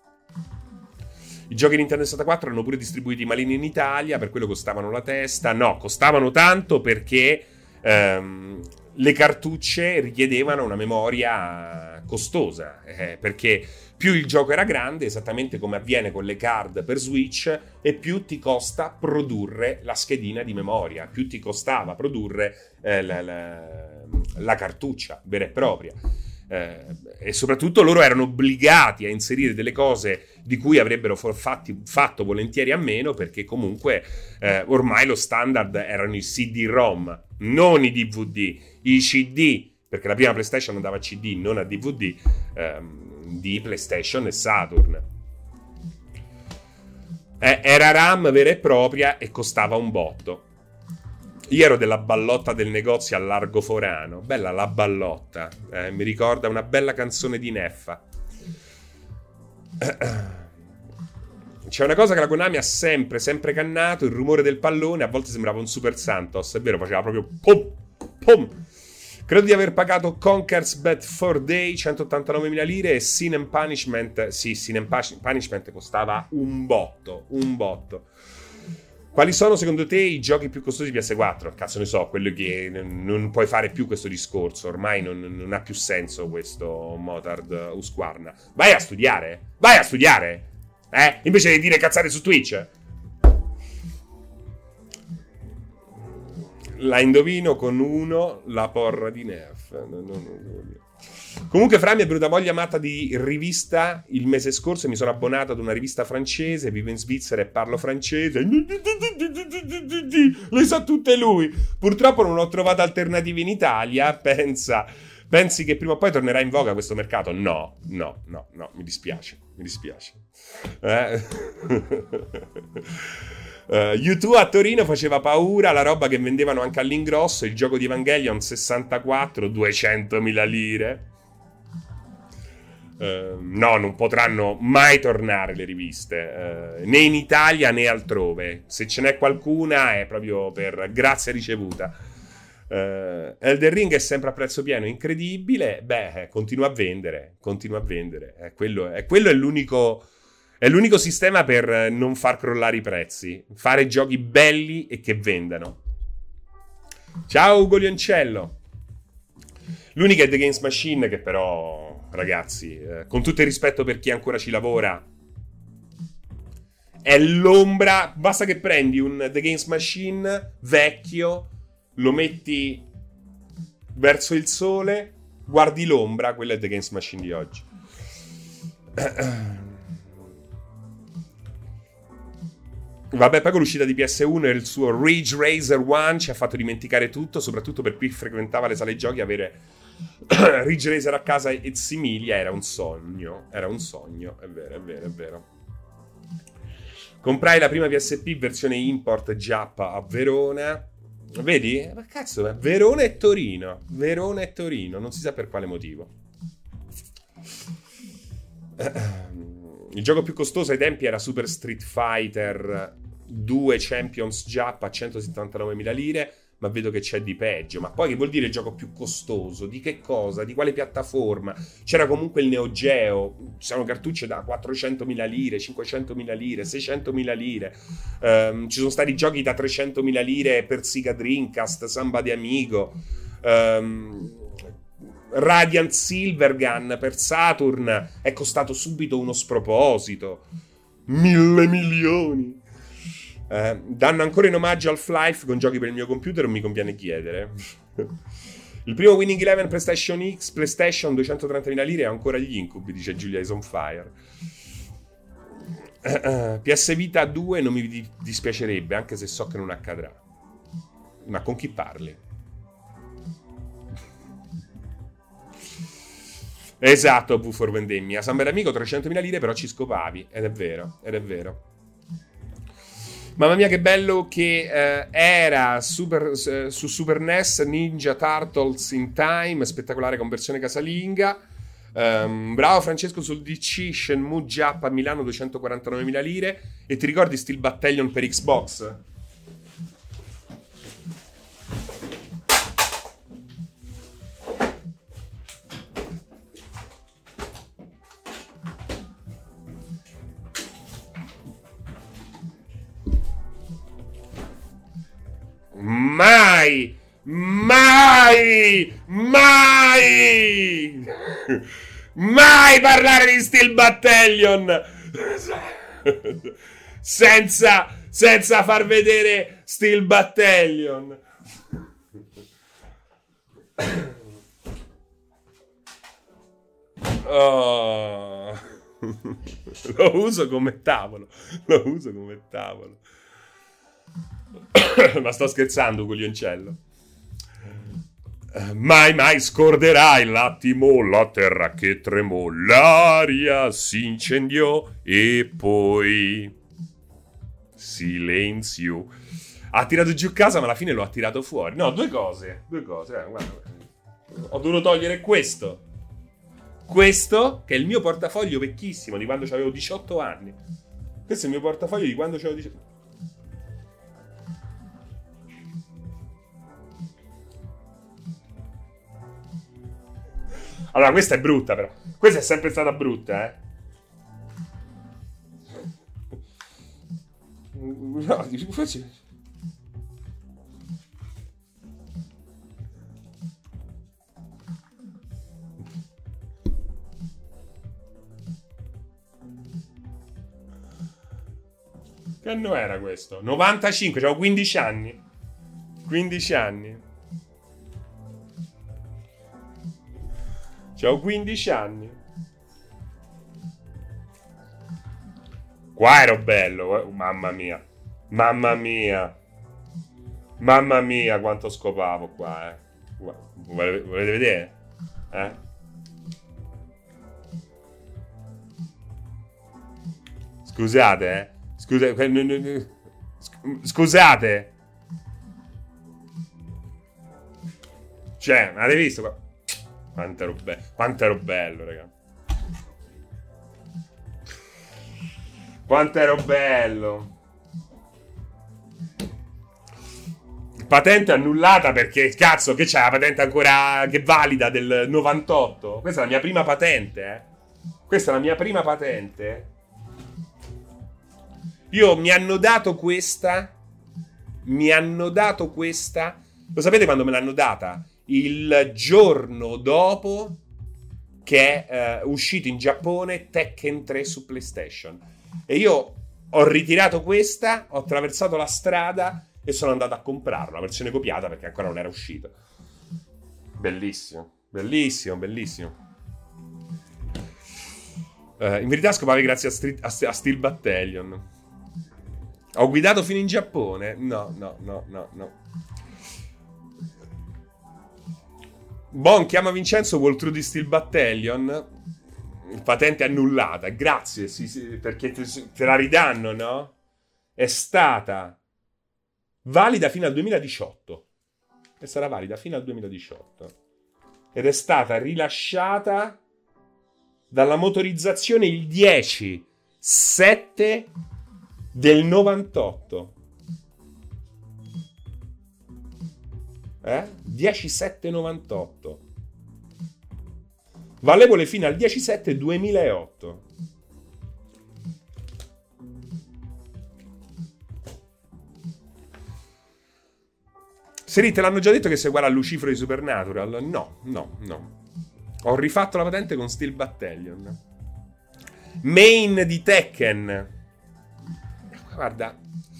I giochi Nintendo 64 erano pure distribuiti malino in Italia, per quello costavano la testa. No, costavano tanto perché le cartucce richiedevano una memoria costosa, perché più il gioco era grande, esattamente come avviene con le card per Switch, e più ti costa produrre la schedina di memoria, più ti costava produrre la cartuccia vera e propria. E soprattutto loro erano obbligati a inserire delle cose di cui avrebbero fatto volentieri a meno, perché comunque ormai lo standard erano i CD-ROM, non i DVD, i CD, perché la prima PlayStation andava a CD, non a DVD, di PlayStation e Saturn. Era RAM vera e propria e costava un botto. Io ero della ballotta del negozio a Largo Forano. Bella la ballotta. Mi ricorda una bella canzone di Neffa. C'è una cosa che la Konami ha sempre cannato: il rumore del pallone. A volte sembrava un Super Santos. È vero, faceva proprio pum, pum. Credo di aver pagato Conker's Bad for Day 189.000 lire e Sin and Punishment. Sì, Sin and Punishment costava un botto. Quali sono secondo te i giochi più costosi di PS4? Cazzo ne so, quello che non puoi fare più questo discorso. Ormai non ha più senso questo Motard Husqvarna. Vai a studiare. Invece di dire cazzate su Twitch. La indovino con uno, la porra di Nerf. Comunque, Fra, mi è venuta voglia matta di rivista il mese scorso e mi sono abbonato ad una rivista francese. Vivo in Svizzera e parlo francese. Le sa tutte lui. Purtroppo non ho trovato alternative in Italia. Pensi che prima o poi tornerà in voga questo mercato? No, mi dispiace. U2 a Torino faceva paura, la roba che vendevano anche all'ingrosso, il gioco di Evangelion 64, 200.000 lire. No, non potranno mai tornare le riviste, né in Italia né altrove. Se ce n'è qualcuna è proprio per grazia ricevuta. Elden Ring è sempre a prezzo pieno, incredibile. Beh, continua a vendere. Quello è l'unico sistema per non far crollare i prezzi. Fare giochi belli e che vendano. Ciao Ugo Lioncello. L'unica è The Games Machine, che però, ragazzi, con tutto il rispetto per chi ancora ci lavora, è l'ombra. Basta che prendi un The Games Machine vecchio, lo metti verso il sole, guardi l'ombra, quella è The Games Machine di oggi. Vabbè, poi con l'uscita di PS1 e il suo Ridge Racer 1 ci ha fatto dimenticare tutto, soprattutto per chi frequentava le sale giochi. Avere Ridge Racer a casa e simili era un sogno, è vero. Comprai la prima PSP versione import Giappa a Verona. Vedi? Ma cazzo, Verona e Torino, non si sa per quale motivo. Il gioco più costoso ai tempi era Super Street Fighter 2 Champions Giappa a 179.000 lire, ma vedo che c'è di peggio. Ma poi che vuol dire il gioco più costoso? Di che cosa? Di quale piattaforma? C'era comunque il Neo Geo, ci sono cartucce da 400.000 lire, 500.000 lire, 600.000 lire. Ci sono stati giochi da 300.000 lire per Sega Dreamcast, Samba de Amigo, Radiant Silvergun per Saturn è costato subito uno sproposito. 1.000 milioni. Danno ancora in omaggio Half-Life con giochi per il mio computer, non mi conviene chiedere. Il primo Winning Eleven PlayStation X, PlayStation 230.000 lire, è ancora agli incubi, dice Giulia is on fire. PS Vita 2 non mi dispiacerebbe, anche se so che non accadrà. Ma con chi parli? Esatto, Bufor vendemmia. San Belamico 300.000 lire, però ci scopavi. Ed è vero. Mamma mia, che bello che era su Super NES Ninja Turtles in Time, spettacolare conversione casalinga. Bravo Francesco sul DC Shenmue Jap a Milano 249.000 lire. E ti ricordi Steel Battalion per Xbox? Mai parlare di Steel Battalion senza far vedere Steel Battalion. Oh. Lo uso come tavolo. Lo uso come tavolo. Ma sto scherzando, Guglioncello. Mai mai scorderai l'attimo, la terra che tremò, l'aria si incendiò e poi silenzio. Ha tirato giù casa, ma alla fine lo ha tirato fuori. No, due cose. Guarda. Ho dovuto togliere questo, che è il mio portafoglio vecchissimo di quando avevo 18 anni. Questo è il mio portafoglio di quando avevo 18 anni. Allora, questa è brutta, però. Questa è sempre stata brutta, eh. No, che anno era questo? 95, avevo 15 anni. 15 anni. C'ho 15 anni. Qua ero bello, mamma mia. Mamma mia. Mamma mia quanto scopavo qua, eh. Volete vedere? Scusate, eh. Scusate. Cioè, avete visto qua? Quanto ero bello, raga. Quanto ero bello. Patente annullata perché, cazzo, che c'è la patente ancora che valida del 98? Questa è la mia prima patente, eh. Questa è la mia prima patente. Io mi hanno dato questa. Lo sapete quando me l'hanno data? Il giorno dopo che è uscito in Giappone Tekken 3 su PlayStation. E io ho ritirato questa, ho attraversato la strada e sono andato a comprarla, la versione copiata perché ancora non era uscita. Bellissimo. In verità scopavi grazie a Steel Battalion. Ho guidato fino in Giappone? No. Bon, chiama Vincenzo Walkthrough di Steel Battalion. Patente annullata. Grazie, sì, perché te la ridanno, no? È stata valida fino al 2018. È stata valida fino al 2018. Ed è stata rilasciata dalla motorizzazione il 10/7 del 98. 10/7/98. Valevole fino al 10/7/2008. Seri, te l'hanno già detto che sei uguale a Lucifero di Supernatural? No. Ho rifatto la patente con Steel Battalion. Main di Tekken. Guarda.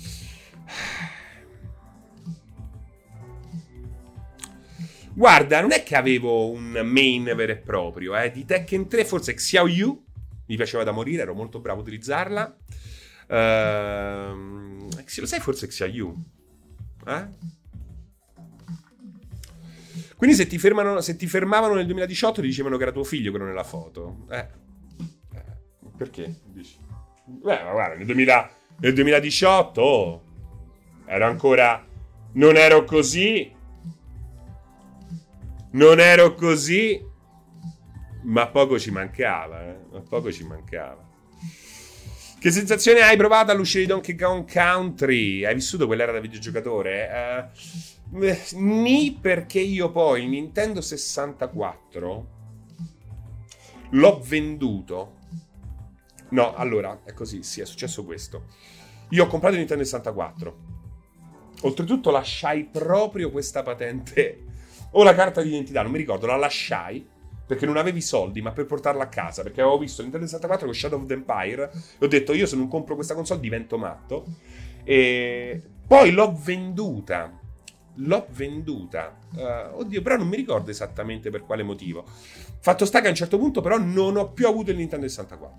Guarda, non è che avevo un main vero e proprio, di Tekken 3 forse Xiao Yu, mi piaceva da morire, ero molto bravo a utilizzarla. Lo sai forse Xiao Yu? Quindi se ti fermavano nel 2018 ti dicevano che era tuo figlio quello nella foto. Perché? Dici? Ma guarda, nel 2018 ero ancora... Non ero così, ma poco ci mancava, Che sensazione hai provato all'uscita di Donkey Kong Country? Hai vissuto quell'era da videgiocatore? Perché io poi il Nintendo 64 l'ho venduto. No, allora, è così, sì, è successo questo. Io ho comprato il Nintendo 64. Oltretutto lasciai proprio questa patente... O la carta d'identità, non mi ricordo, la lasciai perché non avevi soldi, ma per portarla a casa, perché avevo visto il Nintendo 64 con Shadow of the Empire e ho detto io se non compro questa console divento matto. E poi l'ho venduta. Oddio, però non mi ricordo esattamente per quale motivo. Fatto sta che a un certo punto però non ho più avuto il Nintendo 64.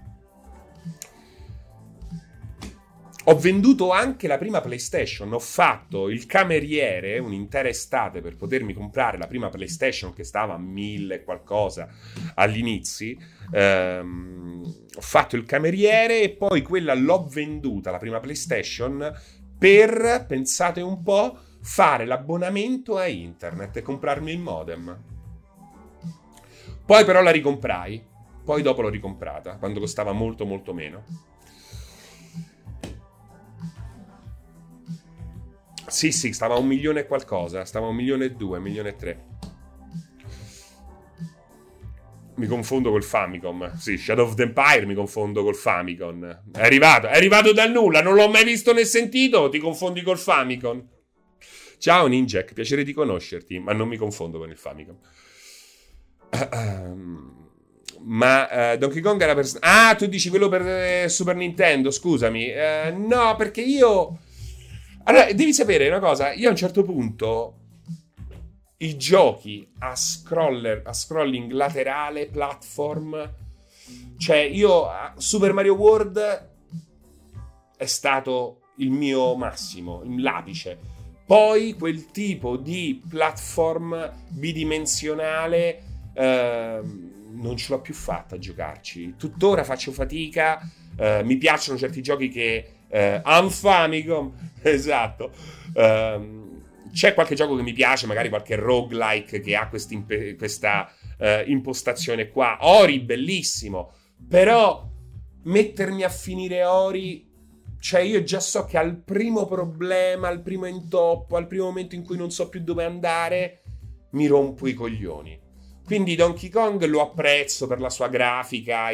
Ho venduto anche la prima PlayStation, ho fatto il cameriere un'intera estate per potermi comprare la prima PlayStation che stava a 1000 e qualcosa all'inizio. Ho fatto il cameriere e poi quella l'ho venduta, la prima PlayStation, per, pensate un po', fare l'abbonamento a internet e comprarmi il modem. Poi però la ricomprai, poi dopo l'ho ricomprata, quando costava molto molto meno. Sì, stava a 1 milione e qualcosa, stava a 1,2 milioni, 1,3 milioni. Mi confondo col Famicom. Sì, Shadow of the Empire mi confondo col Famicom. È arrivato dal nulla, non l'ho mai visto né sentito, ti confondi col Famicom. Ciao Ninjak, piacere di conoscerti, ma non mi confondo con il Famicom. Ma Donkey Kong era per... Ah, tu dici quello per Super Nintendo, scusami. No, perché io... Allora, devi sapere una cosa, io a un certo punto i giochi a scrolling laterale, platform, cioè io Super Mario World è stato il mio massimo, l'apice. Poi quel tipo di platform bidimensionale non ce l'ho più fatta a giocarci. Tuttora faccio fatica, mi piacciono certi giochi che Famicom, esatto. C'è qualche gioco che mi piace, magari qualche roguelike che ha questa impostazione qua. Ori, bellissimo, però mettermi a finire Ori, cioè io già so che al primo problema, al primo intoppo, al primo momento in cui non so più dove andare, mi rompo i coglioni. Quindi Donkey Kong lo apprezzo per la sua grafica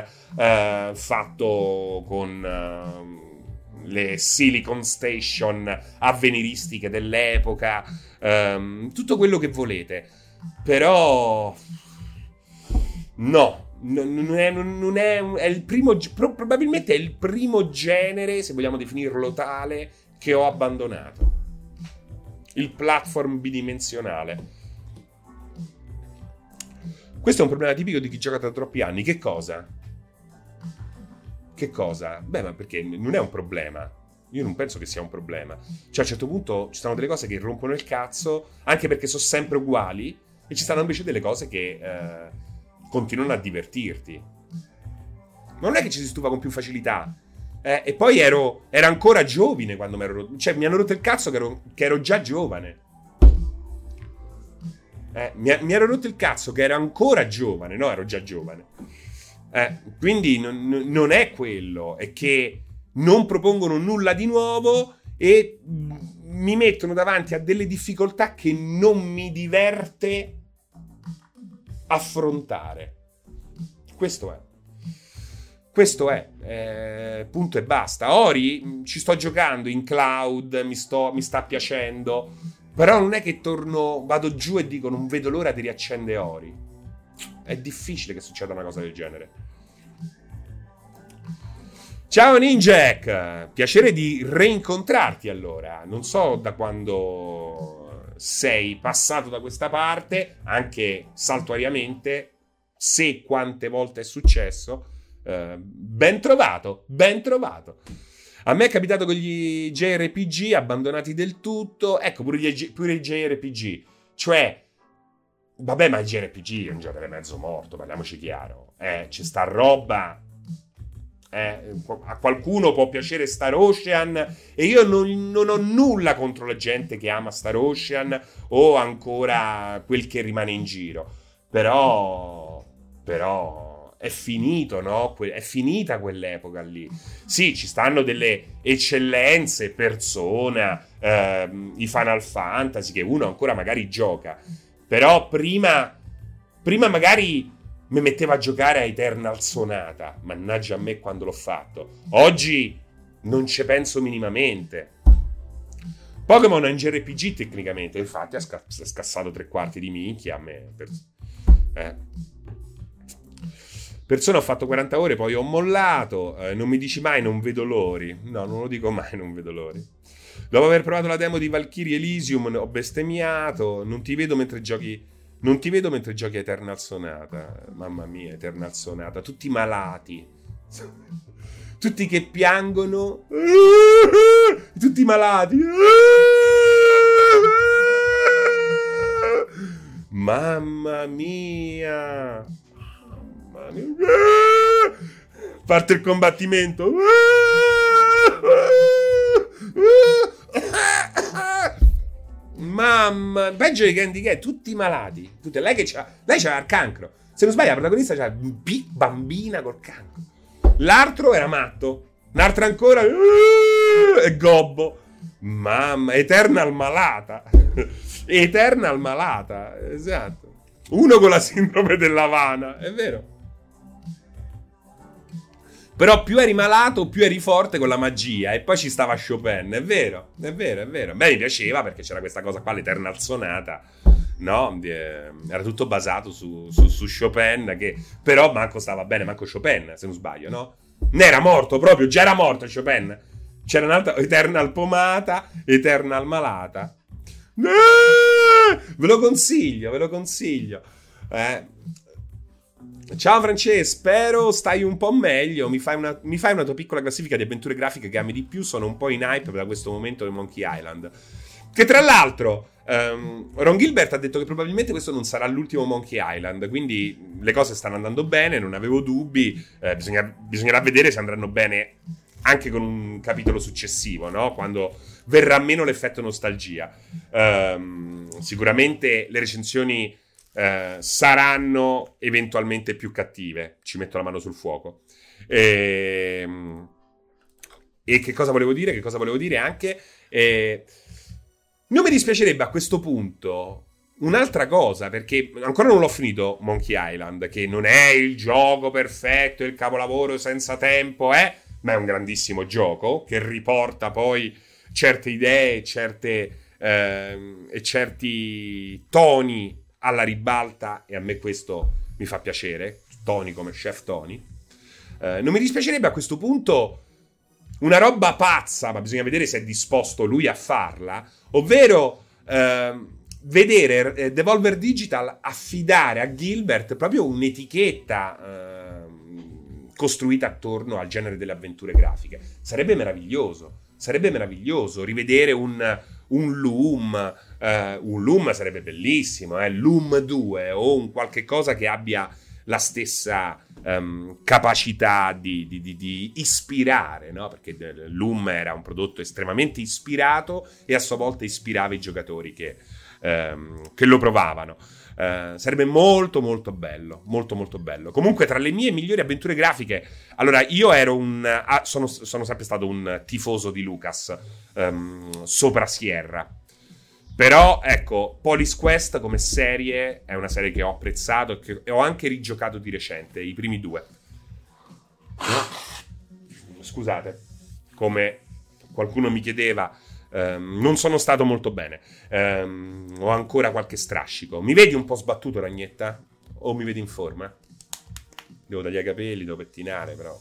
fatto con le Silicon Station avveniristiche dell'epoca, tutto quello che volete. Però no, non è il primo, probabilmente è il primo genere, se vogliamo definirlo tale, che ho abbandonato. Il platform bidimensionale. Questo è un problema tipico di chi gioca da troppi anni. Che cosa? Che cosa? Beh, ma perché non è un problema. Io non penso che sia un problema. Cioè, a un certo punto ci stanno delle cose che rompono il cazzo, anche perché sono sempre uguali, e ci stanno invece delle cose che continuano a divertirti. Ma non è che ci si stufa con più facilità. E poi ero ancora giovane quando mi ero rotto. Cioè, mi hanno rotto il cazzo che ero già giovane. Mi ero rotto il cazzo che ero ancora giovane, no, ero già giovane. Quindi non è quello, è che non propongono nulla di nuovo e mi mettono davanti a delle difficoltà che non mi diverte affrontare. Questo è punto e basta. Ori ci sto giocando in cloud, mi sta piacendo. Però non è che vado giù e dico non vedo l'ora di riaccendere Ori. È difficile che succeda una cosa del genere. Ciao Ninjak, piacere di reincontrarti allora. Non so da quando sei passato da questa parte, anche saltuariamente, se quante volte è successo. Ben trovato, ben trovato. A me è capitato con gli JRPG abbandonati del tutto. Ecco, pure i JRPG. Cioè, vabbè, ma il JRPG è un genere mezzo morto, parliamoci chiaro. C'è sta roba. A qualcuno può piacere Star Ocean e io non ho nulla contro la gente che ama Star Ocean o ancora quel che rimane in giro. Però è finito, no? È finita quell'epoca lì. Sì, ci stanno delle eccellenze, Persona, i Final Fantasy, che uno ancora magari gioca. Però prima magari mi metteva a giocare a Eternal Sonata. Mannaggia a me quando l'ho fatto. Oggi non ci penso minimamente. Pokémon è un JRPG tecnicamente, infatti ha scassato 3/4 di minchia a me. Persona ho fatto 40 ore, poi ho mollato. Non mi dici mai non vedo l'ori. No, non lo dico mai non vedo l'ori. Dopo aver provato la demo di Valkyrie Elysium ho bestemmiato. Non ti vedo mentre giochi Non ti vedo mentre giochi a Eternal Sonata. Mamma mia, Eternal Sonata. Tutti malati. Tutti che piangono. Tutti malati. Mamma mia. Mamma mia. Parte il combattimento. Mamma, peggio di Candy Cat, tutti malati. Lei c'aveva il cancro. Se non sbaglio, la protagonista c'era bambina col cancro. L'altro era matto. L'altro ancora e gobbo. Mamma, Eternal malata. Eternal malata, esatto. Uno con la sindrome dell'Havana, è vero. Però più eri malato, più eri forte con la magia. E poi ci stava Chopin, è vero, è vero, è vero. Beh, mi piaceva perché c'era questa cosa qua, l'Eternal Sonata, no? Era tutto basato su Chopin, che però manco stava bene, manco Chopin, se non sbaglio, no? Ne era morto proprio, già era morto Chopin. C'era un'altra Eternal pomata, Eternal malata. Ve lo consiglio, ve lo consiglio. Ciao Francesco, spero stai un po' meglio. Mi fai una tua piccola classifica di avventure grafiche che ami di più? Sono un po' in hype da questo momento di Monkey Island. Che tra l'altro Ron Gilbert ha detto che probabilmente questo non sarà l'ultimo Monkey Island, quindi le cose stanno andando bene, non avevo dubbi. Bisognerà vedere se andranno bene anche con un capitolo successivo, no? Quando verrà meno l'effetto nostalgia. Sicuramente le recensioni saranno eventualmente più cattive, ci metto la mano sul fuoco. E che cosa volevo dire? Che cosa volevo dire anche? Non mi dispiacerebbe a questo punto un'altra cosa, perché ancora non l'ho finito Monkey Island, che non è il gioco perfetto, il capolavoro senza tempo, ma è un grandissimo gioco che riporta poi certe idee e certi toni alla ribalta, e a me questo mi fa piacere, Tony come Chef Tony. Non mi dispiacerebbe a questo punto una roba pazza, ma bisogna vedere se è disposto lui a farla, ovvero vedere Devolver Digital affidare a Gilbert proprio un'etichetta costruita attorno al genere delle avventure grafiche. Sarebbe meraviglioso rivedere un Loom. Un Loom sarebbe bellissimo, Loom 2 o un qualche cosa che abbia la stessa capacità di ispirare, no? Perché Loom era un prodotto estremamente ispirato e a sua volta ispirava i giocatori che lo provavano. Sarebbe molto molto bello, molto molto bello. Comunque, tra le mie migliori avventure grafiche, allora io ero sono sempre stato un tifoso di Lucas, sopra Sierra. Però ecco, Police Quest come serie è una serie che ho apprezzato e che ho anche rigiocato di recente, i primi 2. Scusate, come qualcuno mi chiedeva, non sono stato molto bene. Ho ancora qualche strascico. Mi vedi un po' sbattuto, Ragnetta? O mi vedi in forma? Devo tagliare i capelli, devo pettinare, però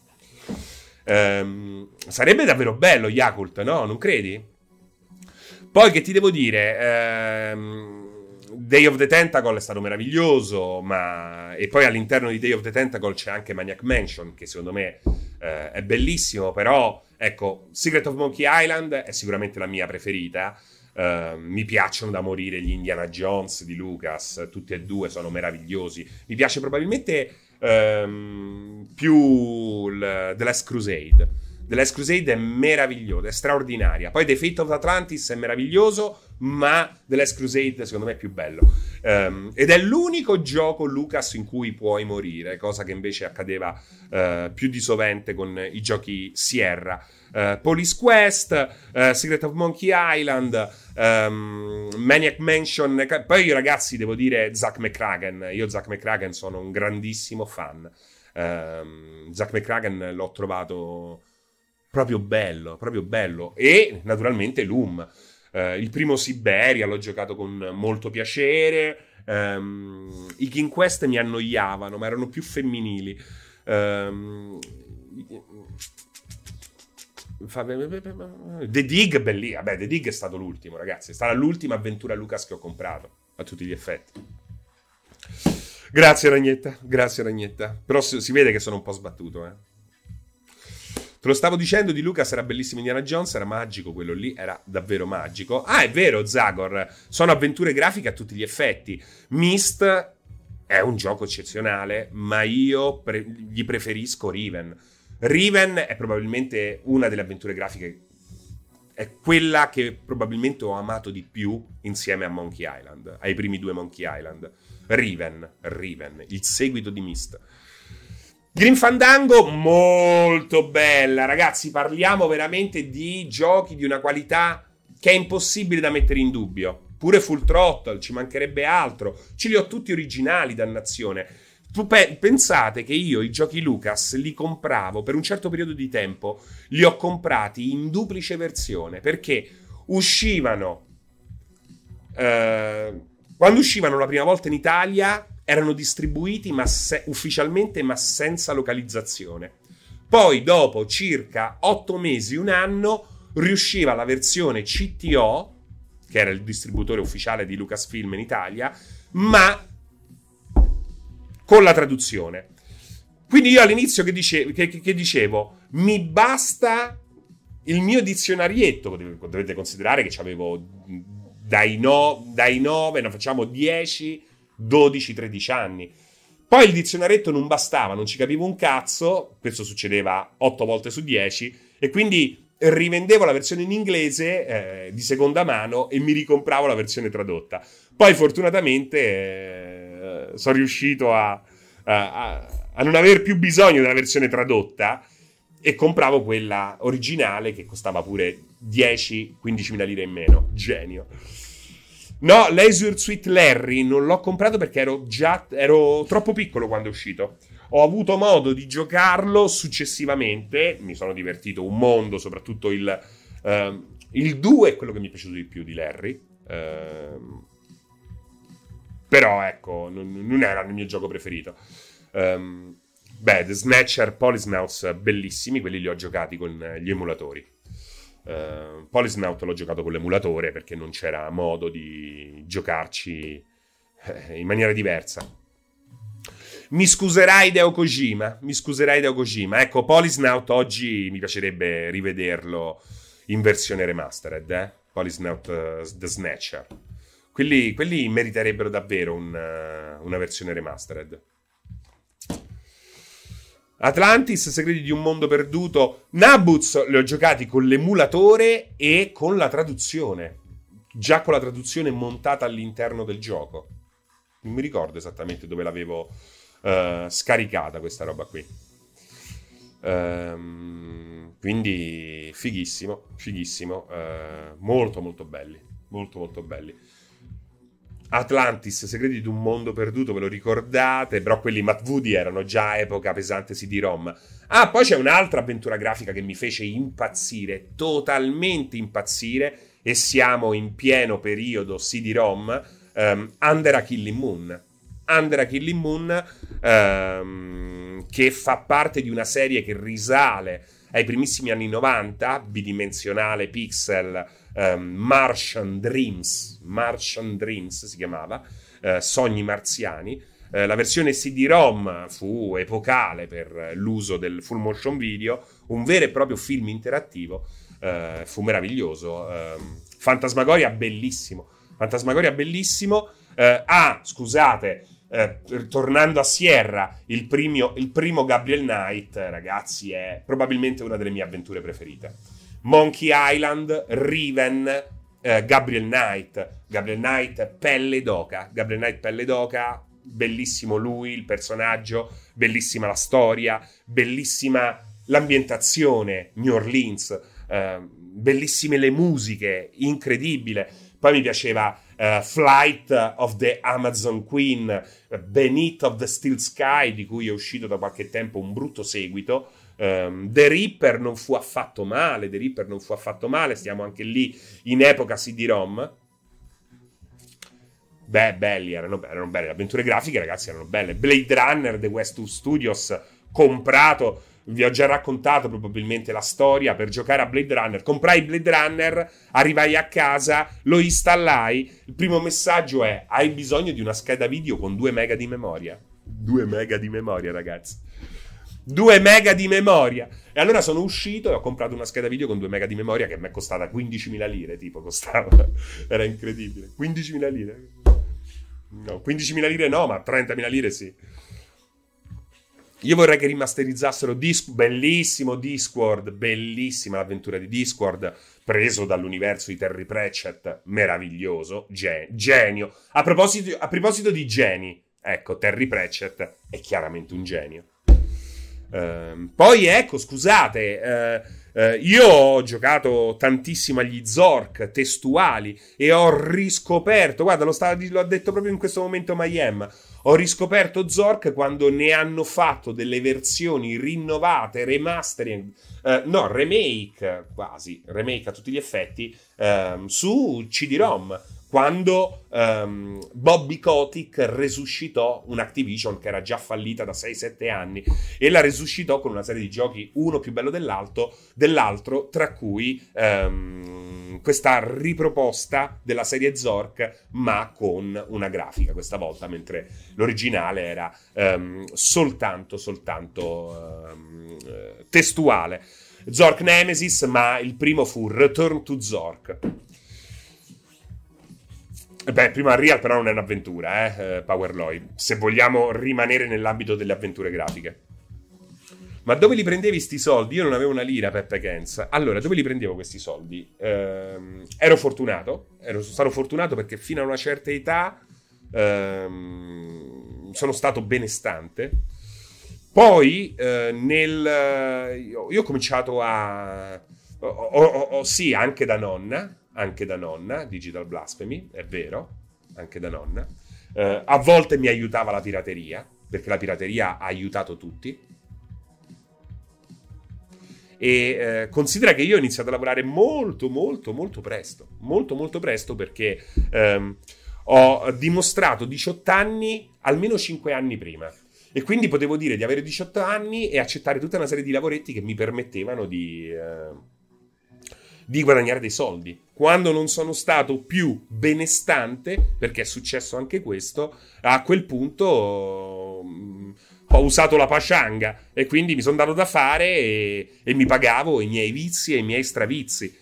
sarebbe davvero bello Yakult, no? Non credi? Poi che ti devo dire, Day of the Tentacle è stato meraviglioso, e poi all'interno di Day of the Tentacle c'è anche Maniac Mansion, che secondo me è bellissimo, però ecco, Secret of Monkey Island è sicuramente la mia preferita. Mi piacciono da morire gli Indiana Jones di Lucas, tutti e due sono meravigliosi. Mi piace probabilmente più The Last Crusade. The Last Crusade è meravigliosa, è straordinaria. Poi The Fate of Atlantis è meraviglioso, ma The Last Crusade secondo me è più bello. Ed è l'unico gioco Lucas in cui puoi morire, cosa che invece accadeva più di sovente con i giochi Sierra. Police Quest, Secret of Monkey Island, Maniac Mansion. Poi io, ragazzi, devo dire Zack McCracken. Io Zack McCracken sono un grandissimo fan. Zack McCracken l'ho trovato proprio bello. E naturalmente Loom. Il primo Siberia l'ho giocato con molto piacere. I King Quest mi annoiavano, ma erano più femminili. The Dig, bellissimo. Vabbè, The Dig è stato l'ultimo, ragazzi. È stata l'ultima avventura Lucas che ho comprato, a tutti gli effetti. Grazie Ragnetta. Però si vede che sono un po' sbattuto, eh. Te lo stavo dicendo di Lucas, era bellissimo Indiana Jones, era magico quello lì, era davvero magico. Ah, è vero, Zagor, sono avventure grafiche a tutti gli effetti. Myst è un gioco eccezionale, ma io gli preferisco Riven. Riven è probabilmente una delle avventure grafiche, è quella che probabilmente ho amato di più insieme a Monkey Island, ai primi due Monkey Island. Riven, il seguito di Myst. Grim Fandango, molto bella, ragazzi, parliamo veramente di giochi di una qualità che è impossibile da mettere in dubbio. Pure Full Throttle, ci mancherebbe altro, ce li ho tutti originali, dannazione. Pensate che io i giochi Lucas li compravo per un certo periodo di tempo, li ho comprati in duplice versione, perché uscivano, quando uscivano la prima volta in Italia erano distribuiti ufficialmente ma senza localizzazione. Poi dopo circa 8 mesi, un anno, riusciva la versione CTO, che era il distributore ufficiale di Lucasfilm in Italia, ma con la traduzione. Quindi io all'inizio che dicevo, mi basta il mio dizionarietto, dovete considerare che avevo dai 9, no, facciamo 10, 12, 13 anni. Poi il dizionarietto non bastava, non ci capivo un cazzo, questo succedeva 8 volte su 10, e quindi rivendevo la versione in inglese di seconda mano e mi ricompravo la versione tradotta. Poi fortunatamente sono riuscito a non aver più bisogno della versione tradotta e compravo quella originale che costava pure 10-15.000 lire in meno. Genio. No, Leisure Suite Larry non l'ho comprato perché ero troppo piccolo quando è uscito. Ho avuto modo di giocarlo successivamente, mi sono divertito un mondo, soprattutto il 2 è quello che mi è piaciuto di più di Larry. Però ecco, non era il mio gioco preferito. The Snatcher, Policenauts, bellissimi, quelli li ho giocati con gli emulatori. Policenaut l'ho giocato con l'emulatore perché non c'era modo di giocarci in maniera diversa. Mi scuserai Hideo Kojima. Ecco, Policenaut oggi mi piacerebbe rivederlo in versione remastered, Policenaut The Snatcher. Quelli meriterebbero davvero una versione remastered. Atlantis, Segreti di un mondo perduto. Nabuts li ho giocati con l'emulatore e con la traduzione. Già con la traduzione montata all'interno del gioco. Non mi ricordo esattamente dove l'avevo scaricata questa roba qui. Quindi fighissimo. Molto molto belli. Molto belli. Atlantis, Segreti di un mondo perduto, ve lo ricordate? Però quelli Matt Woody erano già epoca pesante CD-ROM. Ah, poi c'è un'altra avventura grafica che mi fece impazzire, totalmente impazzire, e siamo in pieno periodo CD-ROM, Under a Killing Moon. Under a Killing Moon, che fa parte di una serie che risale ai primissimi anni 90, bidimensionale, pixel, Martian Dreams si chiamava, Sogni marziani. La versione CD-ROM fu epocale per l'uso del full motion video, un vero e proprio film interattivo, fu meraviglioso. Fantasmagoria bellissimo. Scusate, tornando a Sierra, il primo Gabriel Knight, ragazzi, è probabilmente una delle mie avventure preferite. Monkey Island, Riven, Gabriel Knight pelle d'oca, bellissimo lui, il personaggio, bellissima la storia, bellissima l'ambientazione, New Orleans, bellissime le musiche, incredibile. Poi mi piaceva Flight of the Amazon Queen, Beneath of the Steel Sky, di cui è uscito da qualche tempo un brutto seguito. The Reaper non fu affatto male, stiamo anche lì in epoca CD-ROM. Belli, erano belli, le avventure grafiche, ragazzi, erano belle. Blade Runner, The West Studios, comprato vi ho già raccontato probabilmente la storia. Per giocare a Blade Runner, comprai Blade Runner, arrivai a casa, lo installai, il primo messaggio è: hai bisogno di una scheda video con 2 mega di memoria. 2 mega di memoria, ragazzi, 2 mega di memoria. E allora sono uscito e ho comprato una scheda video con 2 mega di memoria, che mi è costata 15.000 lire, tipo, costava. Era incredibile. 15.000 lire. No, 15.000 lire no, ma 30.000 lire sì. Io vorrei che rimasterizzassero bellissimo Discworld, bellissima l'avventura di Discworld, preso dall'universo di Terry Pratchett, meraviglioso, genio. A proposito di geni, ecco, Terry Pratchett è chiaramente un genio. Poi ecco, scusate, io ho giocato tantissimo agli Zork testuali e ho riscoperto, guarda, lo ha detto proprio in questo momento Mayhem, ho riscoperto Zork quando ne hanno fatto delle versioni rinnovate, remake quasi, remake a tutti gli effetti, su CD-ROM, quando Bobby Kotick resuscitò un'Activision che era già fallita da 6-7 anni e la resuscitò con una serie di giochi, uno più bello dell'altro, tra cui questa riproposta della serie Zork, ma con una grafica questa volta, mentre l'originale era soltanto testuale. Zork Nemesis, ma il primo fu Return to Zork. Beh, prima Unreal però non è un'avventura, Powerloy, se vogliamo rimanere nell'ambito delle avventure grafiche. Ma dove li prendevi sti soldi? Io non avevo una lira, Peppe Kenz. Allora, dove li prendevo questi soldi? Ero stato fortunato perché fino a una certa età sono stato benestante. Poi io ho cominciato sì, anche da nonna, Digital Blasphemy, è vero, anche da nonna. A volte mi aiutava la pirateria, perché la pirateria ha aiutato tutti. E considera che io ho iniziato a lavorare molto presto, perché ho dimostrato 18 anni almeno 5 anni prima. E quindi potevo dire di avere 18 anni e accettare tutta una serie di lavoretti che mi permettevano di guadagnare dei soldi. Quando non sono stato più benestante, perché è successo anche questo, a quel punto ho usato la pachanga e quindi mi sono dato da fare e mi pagavo i miei vizi e i miei stravizi.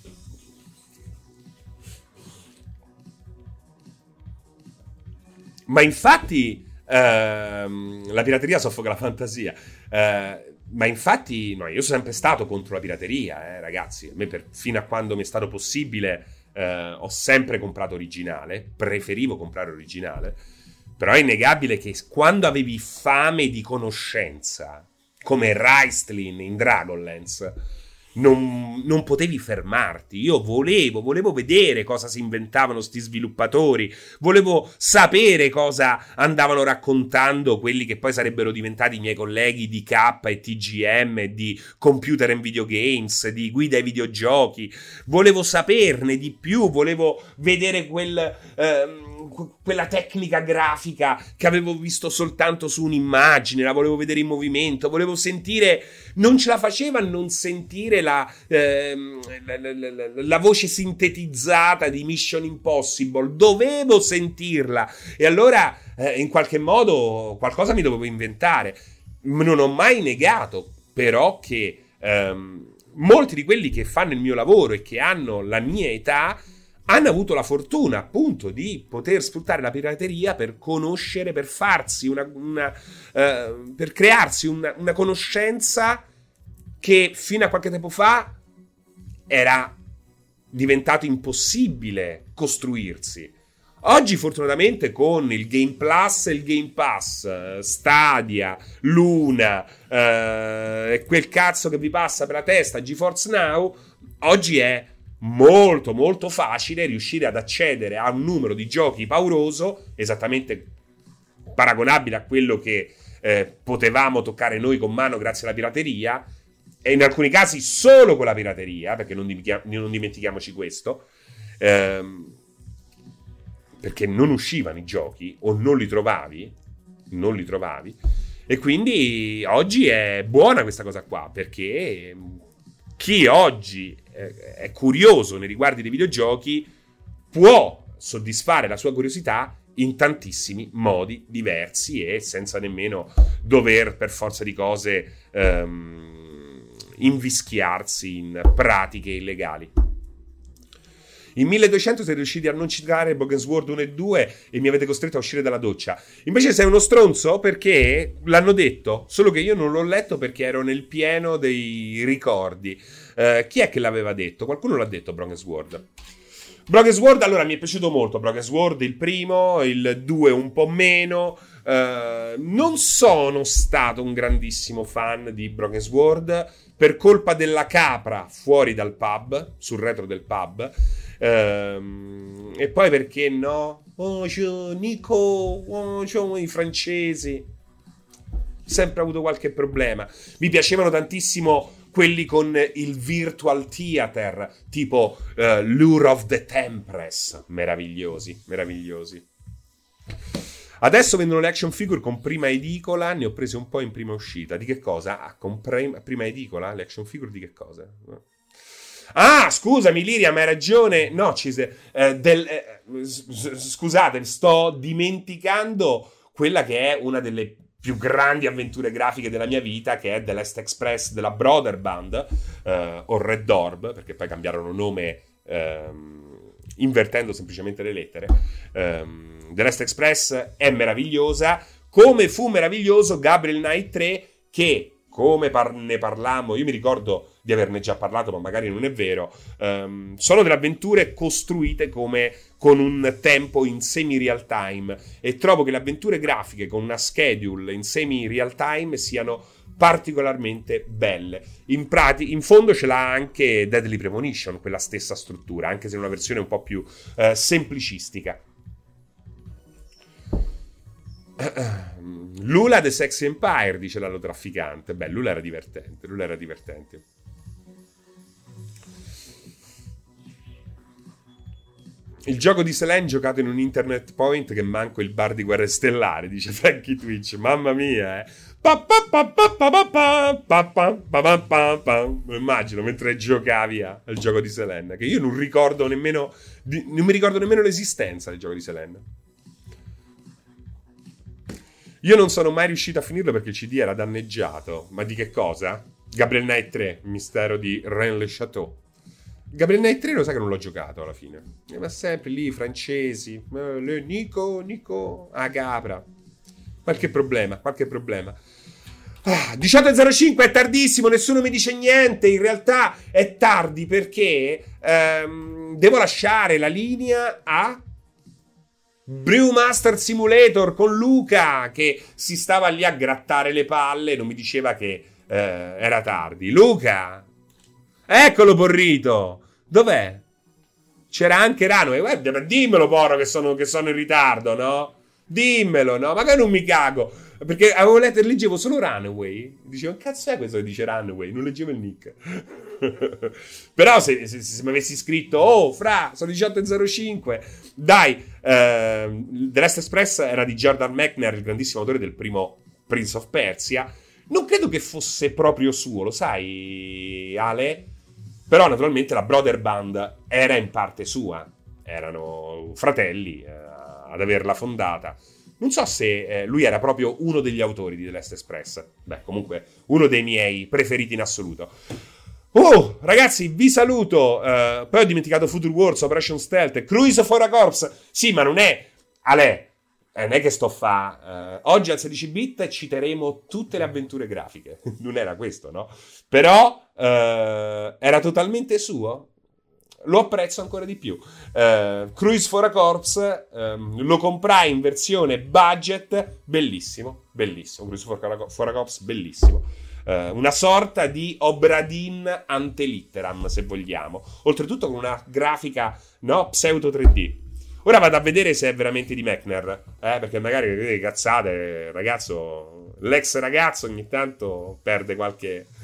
Ma infatti la pirateria soffoca la fantasia. Ma infatti no, io sono sempre stato contro la pirateria, ragazzi. A me fino a quando mi è stato possibile ho sempre comprato originale, preferivo comprare originale. Però è innegabile che quando avevi fame di conoscenza, come Raistlin in Dragonlance, non potevi fermarti. Io volevo vedere cosa si inventavano sti sviluppatori, volevo sapere cosa andavano raccontando quelli che poi sarebbero diventati i miei colleghi di K e TGM, di Computer and Video Games, di Guida ai videogiochi. Volevo saperne di più, volevo vedere quella tecnica grafica che avevo visto soltanto su un'immagine, la volevo vedere in movimento, volevo sentire. Non ce la faceva a non sentire la voce sintetizzata di Mission Impossible, dovevo sentirla e allora in qualche modo qualcosa mi dovevo inventare. Non ho mai negato però che molti di quelli che fanno il mio lavoro e che hanno la mia età hanno avuto la fortuna appunto di poter sfruttare la pirateria per conoscere, per farsi per crearsi una conoscenza che fino a qualche tempo fa era diventato impossibile costruirsi. Oggi fortunatamente con il Game Plus e il Game Pass, Stadia, Luna, quel cazzo che vi passa per la testa, GeForce Now, oggi è molto molto facile riuscire ad accedere a un numero di giochi pauroso, esattamente paragonabile a quello che potevamo toccare noi con mano grazie alla pirateria, e in alcuni casi solo con la pirateria, perché non dimentichiamoci questo, perché non uscivano i giochi o non li trovavi, E quindi oggi è buona questa cosa qua, perché chi oggi è curioso nei riguardi dei videogiochi può soddisfare la sua curiosità in tantissimi modi diversi e senza nemmeno dover per forza di cose invischiarsi in pratiche illegali. In 1200 siete riusciti a non citare Broken Sword 1 e 2 e mi avete costretto a uscire dalla doccia. Invece sei uno stronzo perché l'hanno detto, solo che io non l'ho letto perché ero nel pieno dei ricordi. Chi è che l'aveva detto? Qualcuno l'ha detto, Broken Sword. Broken Sword, allora, mi è piaciuto molto Broken Sword, il primo, il 2 un po' meno. Non sono stato un grandissimo fan di Broken Sword per colpa della capra fuori dal pub, sul retro del pub. E poi perché no? Oh, c'è Nico, oh, c'è i francesi. Sempre avuto qualche problema. Mi piacevano tantissimo quelli con il virtual theater, tipo Lure of the Tempress. Meravigliosi, meravigliosi. Adesso vendono le action figure con prima edicola, ne ho prese un po' in prima uscita. Di che cosa? Ah, con prima edicola? Le action figure di che cosa? Ah, scusami Liria, ma hai ragione. No, scusate, sto dimenticando quella che è una delle più grandi avventure grafiche della mia vita, che è The Last Express della Broderband, o Red Orb, perché poi cambiarono nome invertendo semplicemente le lettere. The Last Express è meravigliosa, come fu meraviglioso Gabriel Knight 3, che come ne parlammo, io mi ricordo di averne già parlato, ma magari non è vero, sono delle avventure costruite come con un tempo in semi-real time, e trovo che le avventure grafiche con una schedule in semi-real time siano particolarmente belle. In fondo ce l'ha anche Deadly Premonition, quella stessa struttura, anche se in una versione un po' più semplicistica. Lula The Sexy Empire, dice l'allotrafficante. Beh, Lula era divertente. Il gioco di Selene giocato in un internet point che manco il bar di Guerre Stellari, dice Frankie Twitch. Mamma mia, lo immagino mentre giocavi al gioco di Selene, che io non ricordo nemmeno non mi ricordo nemmeno l'esistenza del gioco di Selene. Io non sono mai riuscito a finirlo perché il CD era danneggiato. Ma di che cosa? Gabriel Knight 3, mistero di Rennes-le-Château. Gabriel Knight 3 lo sai che non l'ho giocato alla fine. Ma sempre lì, francesi. Nico, capra. Qualche problema. 18.05, è tardissimo, nessuno mi dice niente. In realtà è tardi perché devo lasciare la linea a Brewmaster Simulator con Luca, che si stava lì a grattare le palle e non mi diceva che era tardi. Luca, eccolo Porrito, dov'è? C'era anche Runaway. Guarda, ma dimmelo Porro che sono in ritardo, no? Dimmelo, no? Magari non mi cago, perché avevo letto e leggevo solo Runaway. Dicevo, che cazzo è questo che dice Runaway? Non leggevo il nick. Però se mi avessi scritto fra, sono 18.05, dai, The Last Express era di Jordan Mechner, il grandissimo autore del primo Prince of Persia. Non credo che fosse proprio suo, lo sai, Ale? Però naturalmente la Broderband era in parte sua, erano fratelli ad averla fondata. Non so se lui era proprio uno degli autori di The Last Express. Beh, comunque uno dei miei preferiti in assoluto. Oh, ragazzi, vi saluto. Poi ho dimenticato Future Wars, Operation Stealth, Cruise for a Corpse. Sì, ma non è Ale, non è che sto oggi al 16 bit citeremo tutte le avventure grafiche. Non era questo, no? Però era totalmente suo. Lo apprezzo ancora di più. Cruise for a Corpse, lo comprai in versione budget, bellissimo. Cruise for a Corpse, bellissimo. Una sorta di Obra Dinn ante litteram, se vogliamo. Oltretutto con una grafica, no, pseudo 3D. Ora vado a vedere se è veramente di Mechner, perché magari vedete cazzate, l'ex ragazzo ogni tanto perde qualche